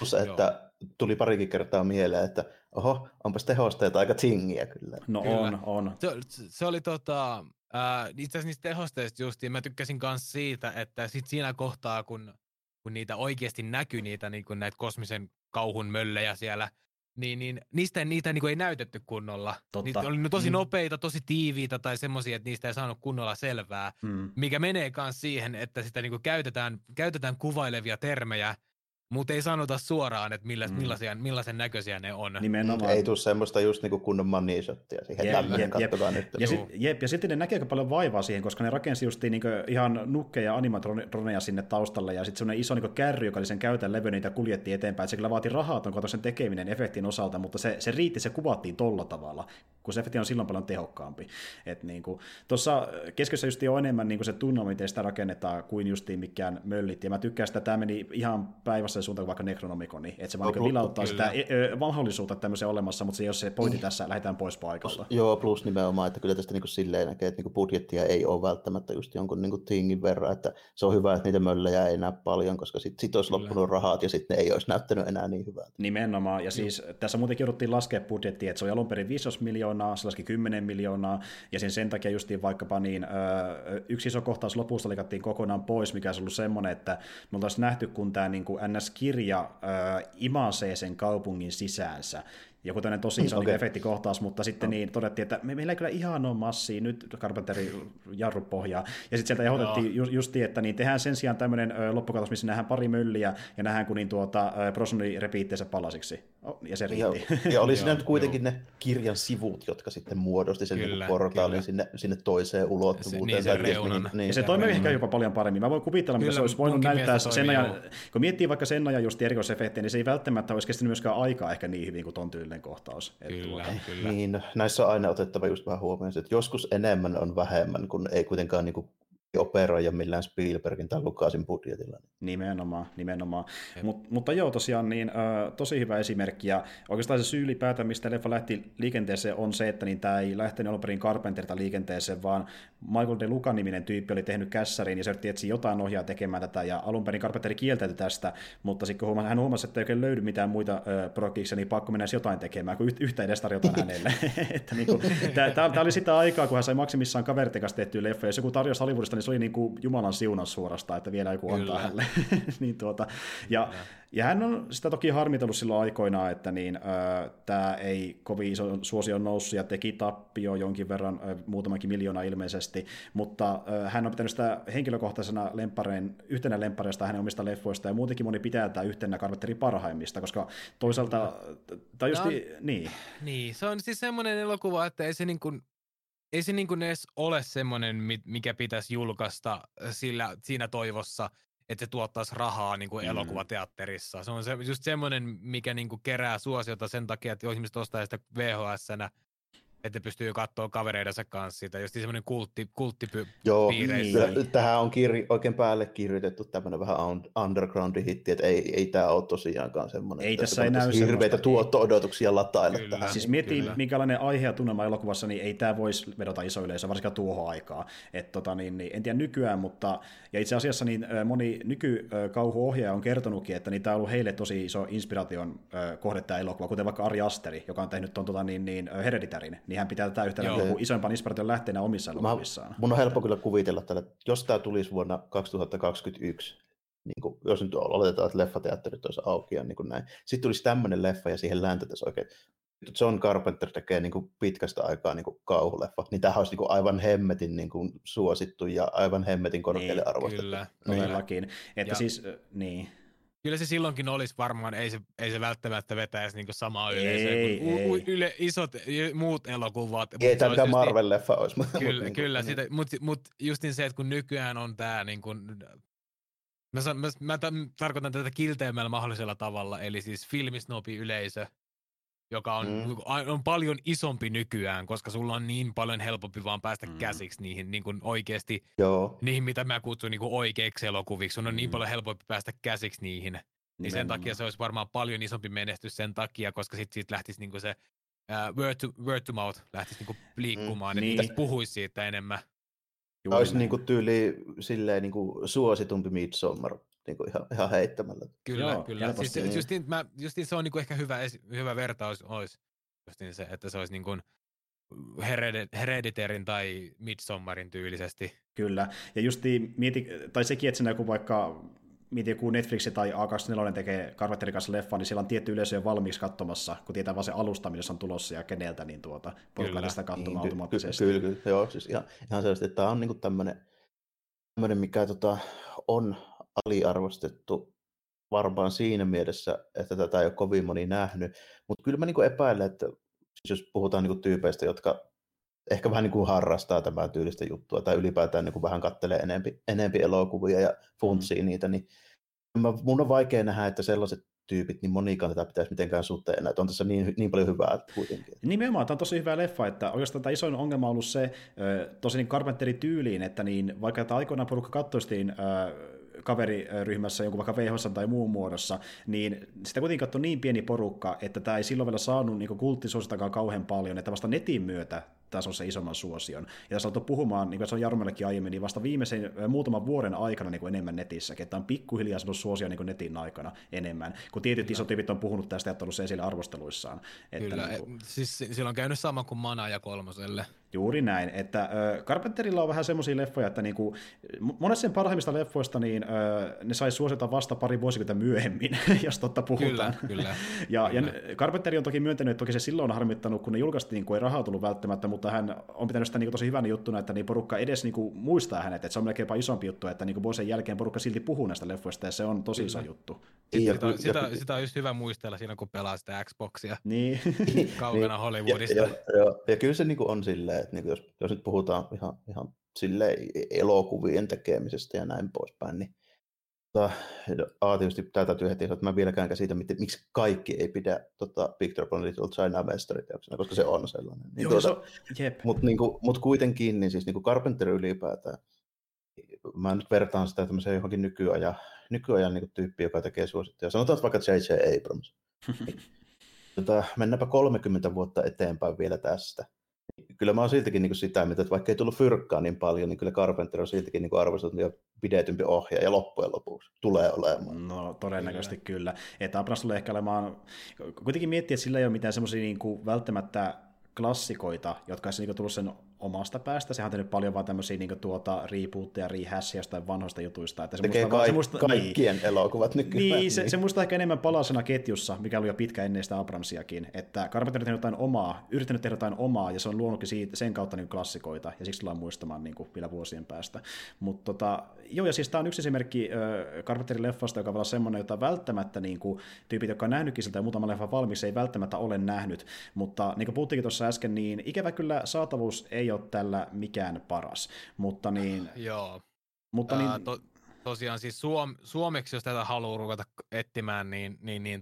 Että tuli parikin kertaa mieleen, että onpas tehosteet aika tingiä kyllä. No kyllä. On. Se oli itse asiassa niistä tehosteista justiin, mä tykkäsin myös siitä, että sit siinä kohtaa, kun niitä oikeasti näkyi niitä niin kuin näitä kosmisen kauhun möllejä siellä, niin niitä niin kuin ei näytetty kunnolla. Niitä oli tosi nopeita, tosi tiiviitä tai semmoisia, että niistä ei saanut kunnolla selvää, mikä menee myös siihen, että sitä niin kuin käytetään kuvailevia termejä, mutta ei sanota suoraan, että millaisen näköisiä ne on. Nimenomaan. Ei tule semmoista just niin kuin kunnon money-shottia siihen. Katsotaan nyt. Ja sitten ne näkee aika paljon vaivaa siihen, koska ne rakensi just niin ihan nukkeja ja animatroneja sinne taustalle, ja sitten semmoinen iso niin kärry, joka oli sen käytän levy, niitä kuljetti eteenpäin. Et se kyllä vaati rahaa tuon sen tekeminen efektin osalta, mutta se riitti, se kuvattiin tolla tavalla, kun se efekti on silloin paljon tehokkaampi. Niin tuossa keskessä just on enemmän niin se tunnelma, miten sitä rakennetaan, kuin justiin mikään möllit. Ja mä tykkään sitä, että tämä meni ihan päivässä suuntaan kuin vaikka Necronomiconi, että se vaan vilauttaa sitä mahdollisuutta tämmöisen olemassa, mutta se ei ole se pointti tässä, lähdetään pois paikalta. Joo, plus nimenomaan, että kyllä tästä niinku silleen näkee, että niinku budjettia ei ole välttämättä just jonkun niinku tingin verran, että se on hyvä, että niitä möllejä ei näe paljon, koska sit olisi loppunut rahat ja sitten ne ei olisi näyttänyt enää niin hyvältä. Nimenomaan, ja siis tässä muutenkin jouduttiin laskea budjettia, että se oli alun perin 15 miljoonaa, se laski 10 miljoonaa, ja sen takia justiin vaikkapa yksi iso kohtaus lopussa leikattiin kokonaan pois, mikä olisi ollut semmoinen, että me oltaisiin nähty, kun tämä niin NS-kirja imasee sen kaupungin sisäänsä, joku tämmöinen tosi iso niin efektikohtaus, mutta sitten niin todettiin, että meillä ei kyllä ihan ole massia, nyt Carpenteri jarru pohjaa. Ja sitten sieltä ehdotettiin justiin, että niin tehdään sen sijaan tämmöinen loppukatos, missä nähdään pari mölliä ja nähdään, kun niin Brosnani repii itseensä palasiksi. Ja se riitti. Ja oli siinä nyt kuitenkin ne kirjan sivut, jotka sitten muodosti sen portaalin sinne toiseen ulottuvuuteen. Ja se toimii ehkä jopa paljon paremmin. Mä voin kuvitella, mitä se olisi voinut näyttää sen ajan. Kun miettii vaikka sen ajan just erikoisefektejä, niin se ei välttämättä olisi kestänyt myöskään aikaa ehkä niin hyvin kuin ton tyylinen kohtaus. Kyllä. Niin, näissä on aina otettava just vähän huomioon, että joskus enemmän on vähemmän, kun ei kuitenkaan niinku operoida millään Spielbergin tai Lucasin budjetilla. Nimenomaan. Mutta joo, tosiaan niin, tosi hyvä esimerkki, ja oikeastaan se syy ylipäätään, mistä leffa lähti liikenteeseen, on se, että niin tämä ei lähtenyt alun perin Carpenterilta liikenteeseen, vaan Michael De Luca-niminen tyyppi oli tehnyt kässäriin, ja se yritti etsiä jotain ohjaa tekemään tätä, ja alun perin Carpenteri kieltäytyi tästä, mutta sitten kun hän huomasi, että ei oikein löydy mitään muita projekteja, niin pakko mennä jotain tekemään, kun yhtä edes tarjotaan hänelle. Tämä oli sitä aikaa, kun hän sai maksimissaan kaveritten kanssa tehtyä leffa, jos joku tarjosi Hollywoodista, niin se oli niin kuin Jumalan siunaus suorastaan, että vielä joku antaa hänelle. Ja hän on sitä toki harmitellut silloin aikoinaan, että tämä ei kovin iso suosio noussut ja teki tappio jonkin verran, muutamankin miljoonaa ilmeisesti, mutta hän on pitänyt sitä henkilökohtaisena yhtenä lemppareista hänen omista leffoista, ja muutenkin moni pitää tätä yhtenä Carpenterin parhaimmista, koska toisaalta, tai just niin, se on siis semmoinen elokuva, että ei se niin kuin edes ole semmoinen, mikä pitäisi julkaista siinä toivossa, että se tuottaisi rahaa niin kuin elokuvateatterissa. Se on just semmoinen, mikä niin kuin kerää suosiota sen takia, että ihmiset ostaa sitä VHS-nä, että pystyy katsoa kavereidensa kanssa sitä. Just semmoinen kulttipiireissä. Joo, tähän on oikein päälle kirjoitettu tämmöinen vähän underground-hitti, että ei tämä ole tosiaankaan semmoinen, ei tässä ei näy hirveitä tuotto-odotuksia latailla tähän. Siis mieti, minkälainen aihe ja tunnelma elokuvassa, niin ei tämä voisi vedota iso yleisö, varsinkaan tuohon aikaan. En tiedä nykyään, mutta ja itse asiassa niin moni nykykauhuohjaaja on kertonutkin, että tämä on ollut heille tosi iso inspiraation kohde tämä elokuva, kuten vaikka Ari Asteri, joka on tehnyt tuon Hereditarin, niin hän pitää tätä yhtenä isompaan inspiraation lähteenä omissa elokuvissaan. Mun on helppo kyllä kuvitella tällä, että jos tämä tulisi vuonna 2021, niin kuin, jos nyt oletetaan, että leffateatterit olisi auki ja niin kuin näin, sitten tulisi tämmöinen leffa ja siihen läntätäisiin oikein. John Carpenter tekee niin kuin pitkästä aikaa niin kuin kauhuleffa, niin tämähän olisi niin kuin aivan hemmetin niin kuin suosittu ja aivan hemmetin korkealle arvostettu. Kyllä, todellakin. Että siis, niin. Kyllä se silloinkin olisi varmaan, ei se välttämättä vetäisi niinku samaa yleisöä kuin isot muut elokuvat. Ei tämä mikään Marvel-leffa olisi. Kyllä, mutta just niin se, että kun nykyään on tämä, niin kuin, mä tarkoitan tätä kilteimmällä mahdollisella tavalla, eli siis filmisnopi yleisö, joka on paljon isompi nykyään, koska sulla on niin paljon helpompi vaan päästä käsiksi niihin niin kuin oikeasti, niihin mitä mä kutsun niin kuin oikeiksi elokuviksi. Sun on niin paljon helpompi päästä käsiksi niihin. Niin sen takia se olisi varmaan paljon isompi menestys sen takia, koska sitten siitä lähtisi niin kuin se word to mouth lähtisi niin kuin liikkumaan, että ihmiset puhuisi siitä enemmän. Olisi niin kuin tyyli silleen niin kuin suositumpi Midsommar. Niin kuin ihan heittämällä. Kyllä. Siis justiin se on niin kuin ehkä hyvä vertaus olisi justiin se, että se olisi niin kuin Hereditarin tai Midsommarin tyylisesti. Kyllä, ja justiin tai sekin, että siinä joku Netflix tai A24 tekee Carpenterin kanssa leffaa, niin siellä on tietty yleisö jo valmiiksi katsomassa, kun tietää vaan se alusta, missä on tulossa ja keneltä, niin porukkaa sitä katsomaan automaattisesti. Kyllä, joo, siis ihan sellaista, että tämä on niin kuin tämmöinen, mikä on aliarvostettu varmaan siinä mielessä, että tätä ei ole kovin moni nähnyt, mutta kyllä mä niin kuin epäilen, että siis jos puhutaan niin kuin tyypeistä, jotka ehkä vähän niin kuin harrastaa tämän tyylistä juttua tai ylipäätään niin kuin vähän kattelee enempi elokuvia ja funtsii niitä, niin mun on vaikea nähdä, että sellaiset tyypit, niin monikaan tätä pitäisi mitenkään suhteena, että on tässä niin paljon hyvää kuitenkin. Nimenomaan, tämä on tosi hyvä leffa, että oikeastaan tämä isoin ongelma on ollut se tosi niin Carpenterin tyyliin, että niin, vaikka tätä aikoinaan porukka katsoistiin kaveriryhmässä jonkun vaikka VHS tai muun muodossa, niin sitä kuitenkin katsoi niin pieni porukka, että tämä ei silloin vielä saanut niin kulttisuositakaan kauhean paljon, että vasta netin myötä tässä on se isomman suosion. Ja tässä on puhumaan, niin kuin se on Jarmellekin aiemmin, niin vasta viimeisen muutaman vuoden aikana niin kuin enemmän netissä, että on pikkuhiljaa saanut suosia niin kuin netin aikana enemmän, kun tietyt isot tyypit on puhunut tästä ja tullut se esille arvosteluissaan. Kyllä, niin kuin... siis sillä on käynyt sama kuin Mana ja Kolmoselle. Juuri näin, että Carpenterilla on vähän semmoisia leffoja, että niinku, monessa sen parhaimmista leffoista niin, ne sai suosita vasta pari vuosikymmentä myöhemmin, jos totta puhutaan. Kyllä. Ja Carpenteri on toki myöntänyt, että toki se silloin on harmittanut, kun ne julkaistiin, kun ei rahaa tullut välttämättä, mutta hän on pitänyt sitä niinku tosi hyvänä juttuna, että niin porukka edes niinku muistaa hänet, että se on melkein jopa isompi juttu, että niinku vuosien jälkeen porukka silti puhuu näistä leffoista, ja se on tosi iso juttu. Sitä on just hyvä muistella siinä, kun pelaa sitä Xboxia niin. kaukana Hollywoodista. Ja kyllä se niinku on silleen, että niinku jos nyt puhutaan ihan silleen elokuvien tekemisestä ja näin poispäin, niin tietysti tätä täytyy heti sanoa, että mä vieläkään käsitä, miksi kaikki ei pidä Big Trouble in Little China mestariteoksena, koska se on sellainen. Niin mutta kuitenkin, niin siis niin Carpenter ylipäätään, mä nyt vertaan sitä tämmöiseen johonkin nykyajan niin tyyppi, joka tekee suosittuja. Sanotaan vaikka J.J. Abrams. Mennäänpä 30 vuotta eteenpäin vielä tästä. Kyllä mä oon siltikin niin sitä mieltä, että vaikka ei tullut fyrkkaa niin paljon, niin kyllä Carpenter on siltikin niin arvostettu ja pidetympi ohjaaja loppujen lopuksi tulee olemaan. No todennäköisesti kyllä. Että Abrams tulee ehkä olemaan, kuitenkin miettiä, että sillä ei ole mitään semmoisia niin välttämättä klassikoita, jotka olisi niin tullut sen omasta päästä. Sehän on tehnyt paljon vaan tämmöisiä niin rebootteja, rehashia jostain vanhoista jutuista. Että se tekee kaikkien elokuvat nykyään. Niin, se muistaa ehkä enemmän palasena ketjussa, mikä oli jo pitkä ennen sitä Abramsiakin. Että Carpenter on tehnyt jotain omaa, yrittänyt tehdä jotain omaa, ja se on luonutkin sen kautta niin klassikoita, ja siksi tullaan muistamaan niin vielä vuosien päästä. Mutta joo, ja siis tämä on yksi esimerkki Carpenterin leffasta, joka on semmoinen, jota välttämättä niin kuin, tyypit, jotka on nähnytkin siltä ja muutama leffa valmis, ei välttämättä ole nähnyt. Mutta niin kuin puhuttiinkin tuossa äsken, niin ikävä kyllä saatavuus ei ole tällä mikään paras. Mutta niin... Joo. Mutta tosiaan siis suomeksi, jos tätä haluaa ruveta etsimään, niin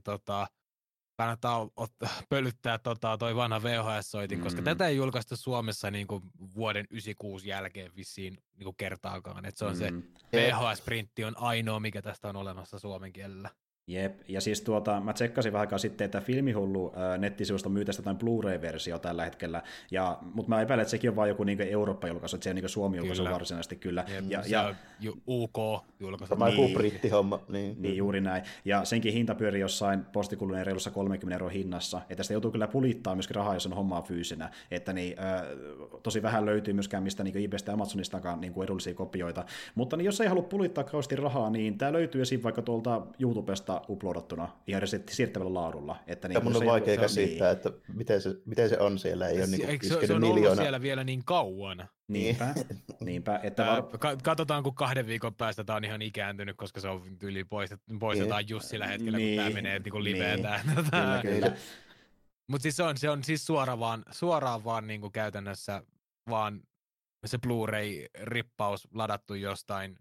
kannattaa pölyttää toi vanha VHS-soitin, koska tätä ei julkaistu Suomessa niin kuin vuoden 96 jälkeen vissiin niin kuin kertaakaan. Et se on se VHS-printti on ainoa, mikä tästä on olemassa suomen kielellä. Jep, ja siis mä tsekkasin vähän aikaa sitten, että Filmihullu nettisivusta myy tästä jotain Blu-ray-versio tällä hetkellä, mutta mä epäilen, että sekin on vaan joku niin Eurooppa-julkaisu, että se on niin Suomi-julkaisu varsinaisesti kyllä. Jep, se on UK-julkaisu. Tämä on brittihomma. Niin, juuri näin. Ja senkin hinta pyörii jossain postikuluneen reilussa 30 € hinnassa, että sitä joutuu kyllä pulittaa myöskin rahaa, jos on hommaa fyysinä, että niin, tosi vähän löytyy myöskään mistä niin eBaystä ja Amazonistakaan niin edullisia kopioita, mutta niin, jos ei halua pulittaa kauheasti rahaa, niin tämä löytyy esim. Vaikka tuolta YouTubesta uploadattuna ihan siirtävällä laadulla. Että niin, mun on vaikea käsittää, että miten se on siellä. Ei ole se on ollut siellä vielä niin kauan. Niinpä. Että katsotaan, kun 2 viikon päästä tämä on ihan ikääntynyt, koska se on yli poistetaan just sillä hetkellä, kun tämä menee niin liveen. Kyllä. Mutta siis se on siis suoraan vaan niin kuin käytännössä vaan se Blu-ray-rippaus ladattu jostain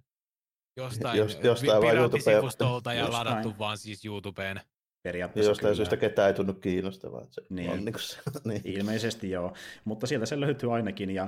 pirattisivustolta ja ladattu vaan siis YouTubeen. Periaatteessa jostain syystä ketään ei tunnu kiinnostavaa. Niin. Ilmeisesti joo, mutta sieltä se löytyy ainakin. Ja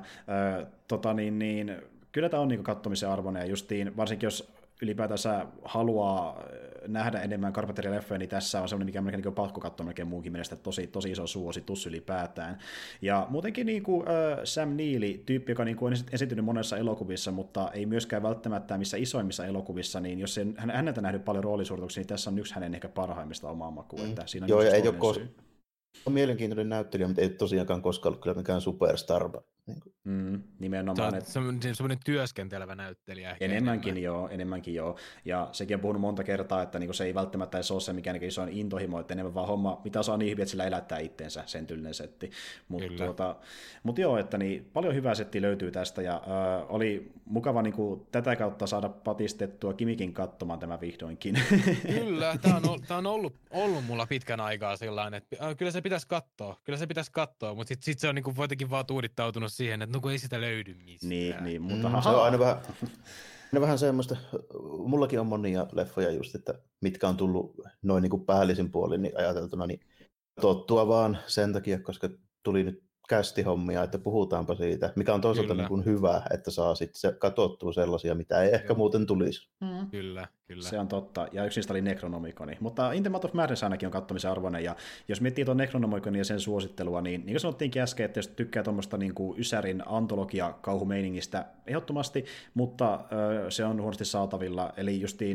kyllä tämä on niin katsomisen arvoinen, ja justiin, varsinkin jos ylipäätänsä haluaa nähdä enemmän Carpenterin leffoja, niin tässä on semmoinen, mikä melkein on pakko katsoa melkein muunkin mielestä, tosi iso suositus ylipäätään. Ja muutenkin niin kuin, Sam Neill, tyyppi, joka niin kuin on esiintynyt monessa elokuvissa, mutta ei myöskään välttämättä missä isoimmissa elokuvissa, niin jos häneltä nähnyt paljon roolisuorituksia, niin tässä on yksi hänen ehkä parhaimmista omaa makuun. Joo, ja ei ole on mielenkiintoinen näyttelijä, mutta ei tosiaankaan koskaan ollut kyllä mikään superstar. Nimenomaan. Semmoinen työskentelevä näyttelijä. Enemmänkin joo. Ja sekin on puhunut monta kertaa, että niinku se ei välttämättä edes ole se mikään isoin intohimo, että enemmän vaan homma, mitä saa niin hyvin, että sillä elättää itteensä, sen tyylinen setti. Mutta joo, että niin, paljon hyvää settiä löytyy tästä, ja oli mukava niinku tätä kautta saada patistettua Kimikin katsomaan tämä vihdoinkin. Kyllä, tämä on ollut mulla pitkän aikaa sellainen, että kyllä se pitäisi katsoa, mutta sit se on niinku jotenkin vaan tuudittautunut siihen, että no kun ei sitä löydy mistään. Niin, mutta se on aina vähän semmoista, mullakin on monia leffoja just, että mitkä on tullut noin niin kuin päällisin puolin niin ajateltuna, niin tottua vaan sen takia, koska tuli nyt kästihommia, että puhutaanpa siitä, mikä on toisaalta niin kuin hyvä, että saa sitten katsottua sellaisia, mitä ei ehkä muuten tulisi. Kyllä. Se on totta, ja yksi niistä oli Necronomicon. Mutta In the Mouth of Madness ainakin on kattomisen arvoinen, ja jos miettii tuon Necronomiconin ja sen suosittelua, niin kuin sanottiinkin äsken, että jos tykkää tuommoista niin kuin Ysärin antologia-kauhumeiningistä ehdottomasti, mutta se on huonosti saatavilla, eli justiin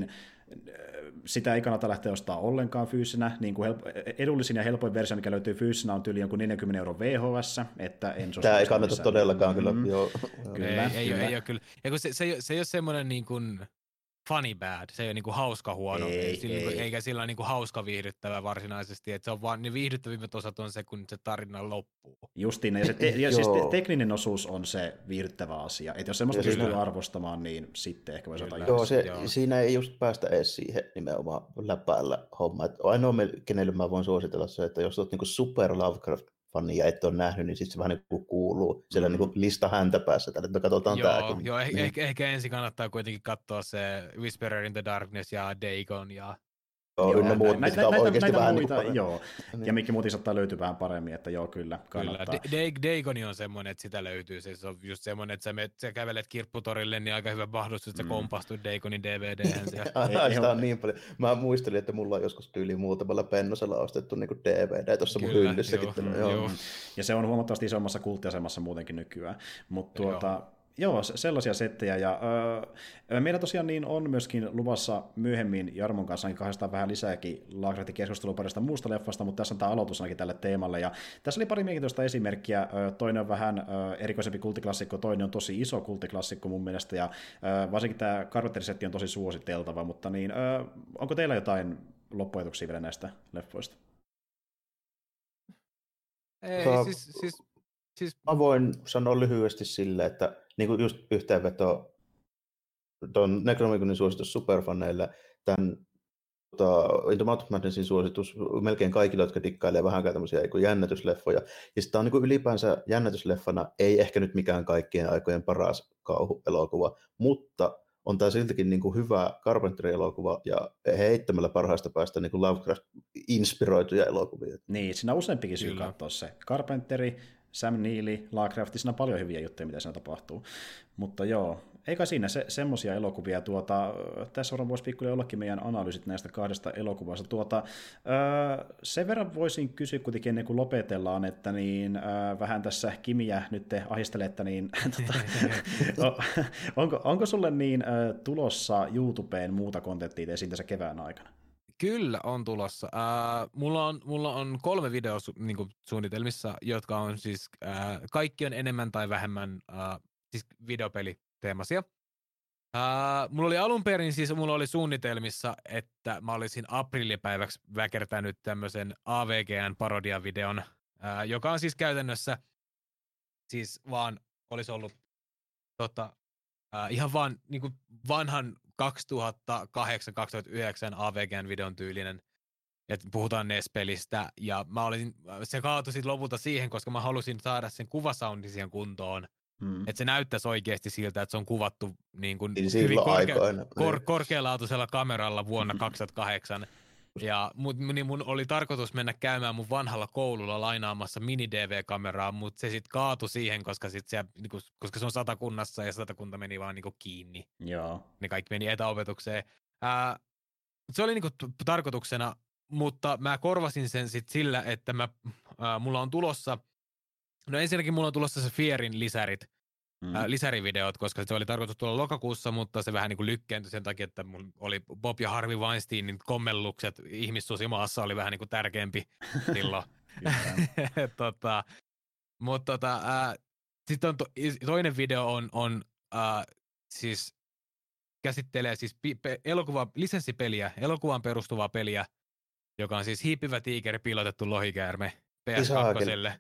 sitä ei kannata lähteä ostamaan ollenkaan fyysinä. Niin kuin edullisin ja helpoin versio, mikä löytyy fyysinä, on tyyli jonkun 40 € VHS. Että en tämä ei kannata todellakaan kyllä. Joo. Kyllä, ei ole kyllä. Ja kun se ei ole semmoinen niin kuin funny bad, se ei ole niinku hauska huono, eikä sillä ole niinku hauska viihdyttävä varsinaisesti, että se on vaan ne viihdyttävimmät osat on se, kun se tarina loppuu. Justiin, ja se siis tekninen osuus on se viihdyttävä asia, että jos semmoista pystyy arvostamaan, niin sitten ehkä voisi ottaa siinä ei just päästä edes siihen nimenomaan läpäällä homma. Ainoa, kenelle mä voin suositella se, että jos olet niinku super Lovecraft-fani ja et ole nähnyt, niin sitten se vähän niin kuin kuuluu siellä niin kuin lista häntä päässä, että me katsotaan tämäkin. Joo, ehkä ensin kannattaa kuitenkin katsoa se Whisperer in the Darkness ja Dagon ja ynnä muut, mitkä on oikeasti vähän muita, joo. Ja mikä muuten saattaa löytyä vähän paremmin, että joo, kyllä, kannattaa. Dagoni on semmoinen, että sitä löytyy. Se on just semmoinen, että sä kävelet kirpputorille, niin aika hyvä mahdollisuus, että sä kompastut Dagonin DVD-hän siellä. Sitä on niin paljon. Mä muistelin, että mulla on joskus tyyliin muutamalla pennosella ostettu niin kuin DVD tuossa mun hyllyssäkin. Joo. Ja se on huomattavasti isommassa kulttiasemassa muutenkin nykyään. Mutta joo, sellaisia settejä, ja meillä tosiaan niin on myöskin luvassa myöhemmin Jarmon kanssa kahdestaan vähän lisääkin Lovecraftin keskustelua parista muusta leffasta, mutta tässä on tämä aloitus ainakin tälle teemalle, ja tässä oli pari mielenkiintoista esimerkkiä, toinen on vähän erikoisempi kulttiklassikko, toinen on tosi iso kulttiklassikko mun mielestä, ja varsinkin tämä Carpenter-setti on tosi suositeltava, mutta niin, onko teillä jotain loppuajatuksia vielä näistä leffoista? Ei, siis... Mä voin sanoa lyhyesti sille, että niin kuin just yhteenveto tuon Necromanconin suositus superfaneille, tämän Into Mouth of Madnessin suositus melkein kaikille, jotka dikkailee vähänkään tämmöisiä jännätysleffoja. Ja sitten on niin kuin ylipäänsä jännätysleffana ei ehkä nyt mikään kaikkien aikojen paras kauhuelokuva, mutta on tämä siltikin niin kuin hyvä Carpenter-elokuva ja heittämällä parhaista päästä niin kuin Lovecraft-inspiroituja elokuvia. Niin, siinä on useampikin syy katsoa se. Carpenteri, Sam Neill, Lovecraft, siinä on paljon hyviä juttuja, mitä siinä tapahtuu. Mutta joo, eikä siinä semmoisia elokuvia. Tässä varmaan voisi pikkuinen ollakin meidän analyysit näistä kahdesta elokuvasta. Sen verran voisin kysyä kuitenkin ennen kuin lopetellaan, että niin, vähän tässä Kimiä nyt te ahistelette, niin onko sulle niin tulossa YouTubeen muuta kontenttia esiin tässä kevään aikana? Kyllä on tulossa. Mulla on 3 videosuunnitelmissa, jotka on siis, kaikki on enemmän tai vähemmän siis videopeliteemaisia. Mulla oli alun perin mulla oli suunnitelmissa, että mä olisin aprillipäiväksi väkertänyt tämmöisen AVGN-parodiavideon, joka on siis käytännössä siis vaan olisi ollut ihan vaan niin kuin vanhan 2008-2009 AVGN-videon tyylinen, että puhutaan NES-pelistä, ja se kaatui sitten lopulta siihen, koska mä halusin saada sen kuvasoundin siihen kuntoon, että se näyttäisi oikeasti siltä, että se on kuvattu niin kuin hyvin korkealaatuisella kameralla vuonna 2008, ja mun oli tarkoitus mennä käymään mun vanhalla koululla lainaamassa mini-DV-kameraa, mutta se sitten kaatui siihen, koska se on Satakunnassa ja Satakunta meni vaan niinku kiinni. Joo. Ne kaikki meni etäopetukseen. Se oli niinku tarkoituksena, mutta mä korvasin sen sitten sillä, että mulla on tulossa, ensinnäkin mulla on tulossa se Fearin lisärivideot, koska se oli tarkoitus tulla lokakuussa, mutta se vähän niin kuin lykkääntyi sen takia, että mun oli Bob ja Harvey Weinsteinin kommellukset ihmissusimaassa oli vähän niin kuin tärkeämpi silloin. Sitten on toinen video on siis käsittelee siis lisenssipeliä, elokuvaan perustuvaa peliä, joka on siis hiipivä tiikeri piilotettu lohikäärme PS2:lle.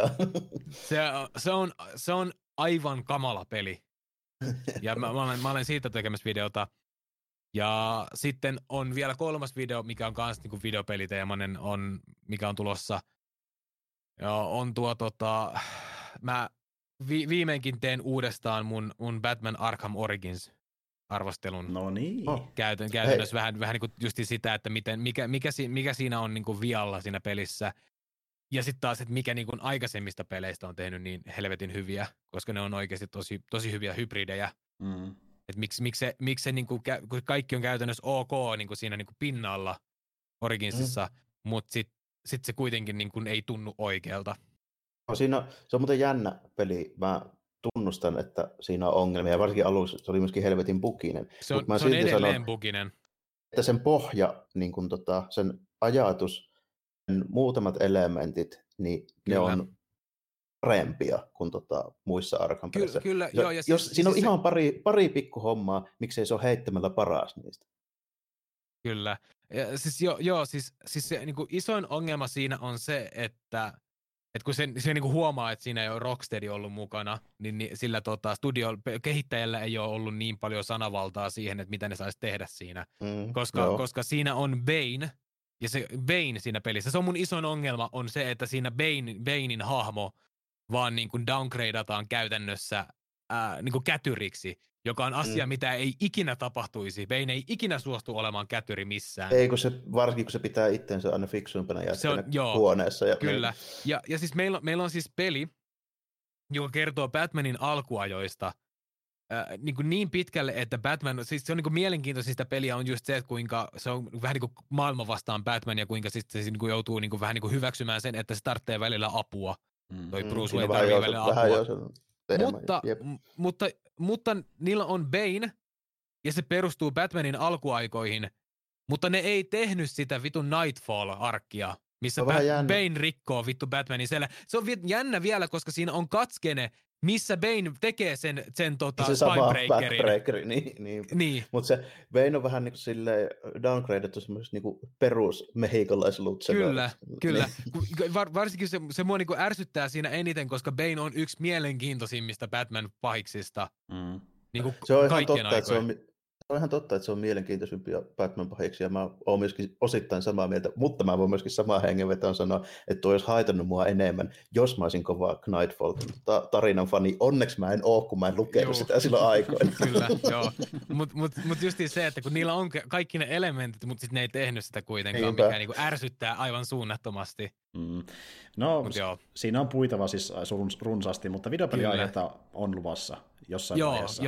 Se on aivan kamala peli. Ja mä olen siitä tekemässä videota. Ja sitten on vielä 3. video, mikä on kans niinku videopeliteemainen, mikä on tulossa. Ja on mä viimeinkin teen uudestaan mun Batman Arkham Origins arvostelun. No niin. Käytännössä vähän niin kuin justi sitä, että mikä siinä on niin kuin vialla siinä pelissä. Ja sitten taas, että mikä niin kuin aikaisemmista peleistä on tehnyt niin helvetin hyviä, koska ne on oikeasti tosi hyviä hybridejä. Että miksi se niin kuin, kun kaikki on käytännössä ok niin kuin siinä niin kuin pinnalla Originsissa, mutta sit se kuitenkin niin kuin ei tunnu oikealta. Se on muuten jännä peli. Mä tunnustan, että siinä on ongelmia. Ja varsinkin alussa se oli myöskin helvetin buginen. Se on edelleen buginen. että sen pohja, niin kun, sen ajatus, sen muutamat elementit, niin ne on parempia kuin muissa Arkham-peleissä. Kyllä, joo. Ja jos siinä on ihan pari pikkuhommaa, miksei se ole heittämällä paras niistä. Kyllä. Ja, siis se niin kuin isoin ongelma siinä on se, että kun se niin kuin huomaa, että siinä ei ole Rocksteady ollut mukana, niin sillä kehittäjällä ei ole ollut niin paljon sanavaltaa siihen, että mitä ne saisi tehdä siinä. Koska siinä on Bane, ja se Bane siinä pelissä, se on mun isoin ongelma, on se, että siinä Banein hahmo vaan niin kuin downgradeataan käytännössä niin kuin kätyriksi, joka on asia, mitä ei ikinä tapahtuisi. Bane ei ikinä suostu olemaan kätyri missään. Ei, varsinkin kun se pitää itsensä aina fiksuimpana jätkänä huoneessa. Kyllä. Ja siis meillä on siis peli, joka kertoo Batmanin alkuajoista niin pitkälle, että Batman, siis se on niin mielenkiintoisista peliä on just se, että kuinka se on vähän niin kuin maailma vastaan Batman ja kuinka sitten se niin joutuu niin vähän niin hyväksymään sen, että se tarvitsee välillä apua. Toi Bruce Wayne tarvitsee välillä apua. Mutta niillä on Bane, ja se perustuu Batmanin alkuaikoihin, mutta ne ei tehnyt sitä vitun Nightfall-arkkia, missä Bane rikkoo vittu Batmanin selä. Se on jännä vielä, koska siinä on katskene, missä Bane tekee sen Spinebreakerin. Niin. Mutta se Bane on vähän niin kuin silleen downgradeattu semmoisessa niin perus mehikolaislutsena. Kyllä. Niin. Varsinkin se mua niin kuin ärsyttää siinä eniten, koska Bane on yksi mielenkiintoisimmista Batman-pahiksista. Niin kuin se on kaikkien aikojen. Se on ihan totta, että se on mielenkiintoisimpia Batman-pahiksi, ja mä oon myöskin osittain samaa mieltä, mutta mä voin myöskin samaa hengenvetoon sanoa, että toi olisi haitannut mua enemmän, jos mä olisin kova Knightfall-tarinan fani. Onneksi mä en oo, kun mä en lukenut sitä silloin aikoina. Kyllä, joo. Mut justiin se, että kun niillä on kaikki ne elementit, mutta sitten ne ei tehnyt sitä kuitenkaan, mikä niinku ärsyttää aivan suunnattomasti. No, siinä on puitava siis runsaasti, mutta videopeliaiheita on luvassa jossain vaiheessa.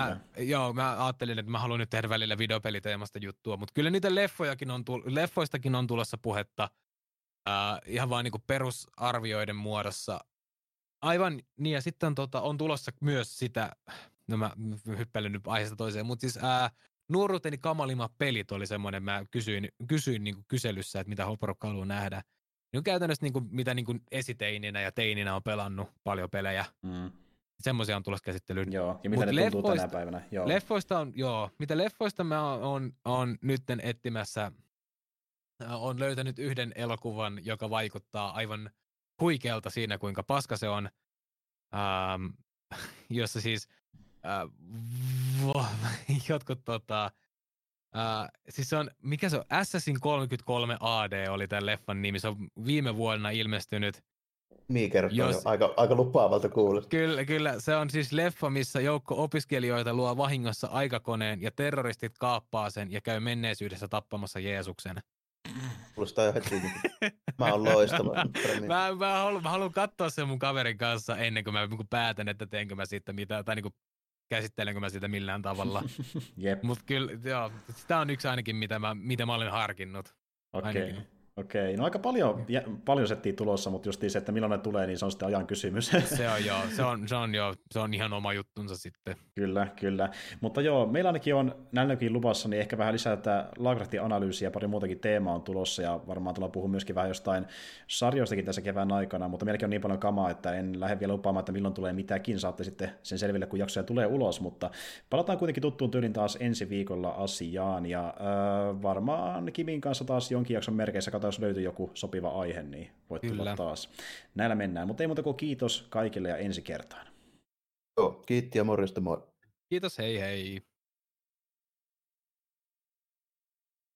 Mä ajattelin, että mä haluan nyt tehdä välillä videopeliteemasta juttua, mutta kyllä niitä leffoistakin on tulossa puhetta ihan vaan niinku perusarvioiden muodossa. Aivan niin, ja sitten on tulossa myös sitä, no mä hyppäilen nyt aiheesta toiseen, mutta siis nuoruuteni kamalimmat pelit oli semmoinen, mä kysyin niinku kyselyssä, että mitä porukka haluaa nähdä. Niin käytännössä niinku, mitä niinku esiteininä ja teininä on pelannut paljon pelejä. Semmoisia on tulossa käsittelyyn. Joo, ja mitä ne tuntuu tänä päivänä. Mitä leffoista mä oon nytten etsimässä, on löytänyt yhden elokuvan, joka vaikuttaa aivan huikealta siinä, kuinka paska se on, jossa siis jotkut siis se on, mikä se on, Assassin 33 AD oli tämän leffan nimi, se on viime vuonna ilmestynyt. Kertoo aika lupaavalta kuulostaa. Kyllä, se on siis leffa, missä joukko opiskelijoita luo vahingossa aikakoneen ja terroristit kaappaa sen ja käy menneisyydessä tappamassa Jeesuksen. Kuulostaa jo heti. Mä oon loistava. Mä haluan katsoa sen mun kaverin kanssa ennen kuin mä päätän, että teenkö mä siitä mitään, tai niinku käsittelenkö mä sitä millään tavalla. Mutta kyllä, joo, sitä on yksi ainakin, mitä mä olen harkinnut. Okei, no aika paljon settiä tulossa, mutta just se, että milloin ne tulee, niin se on sitten ajan kysymys. Se on ihan oma juttunsa sitten. Kyllä. Mutta joo, meillä ainakin on näilläkin luvassa, niin ehkä vähän lisää tätä Lovecraftin analyysiä ja pari muutakin teemaa on tulossa, ja varmaan tullaan puhua myöskin vähän jostain sarjoistakin tässä kevään aikana, mutta meilläkin on niin paljon kamaa, että en lähde vielä lupaamaan, että milloin tulee mitäkin, saatte sitten sen selville, kun jaksoja tulee ulos, mutta palataan kuitenkin tuttuun tyylin taas ensi viikolla asiaan, ja varmaan Kimin kanssa taas jonkin jakson merkeissä jos löytyy joku sopiva aihe, niin voit tulla taas. Näillä mennään, mutta ei muuta kuin kiitos kaikille ja ensi kertaan. Joo, kiitti ja morjesta, moi. Kiitos, hei hei.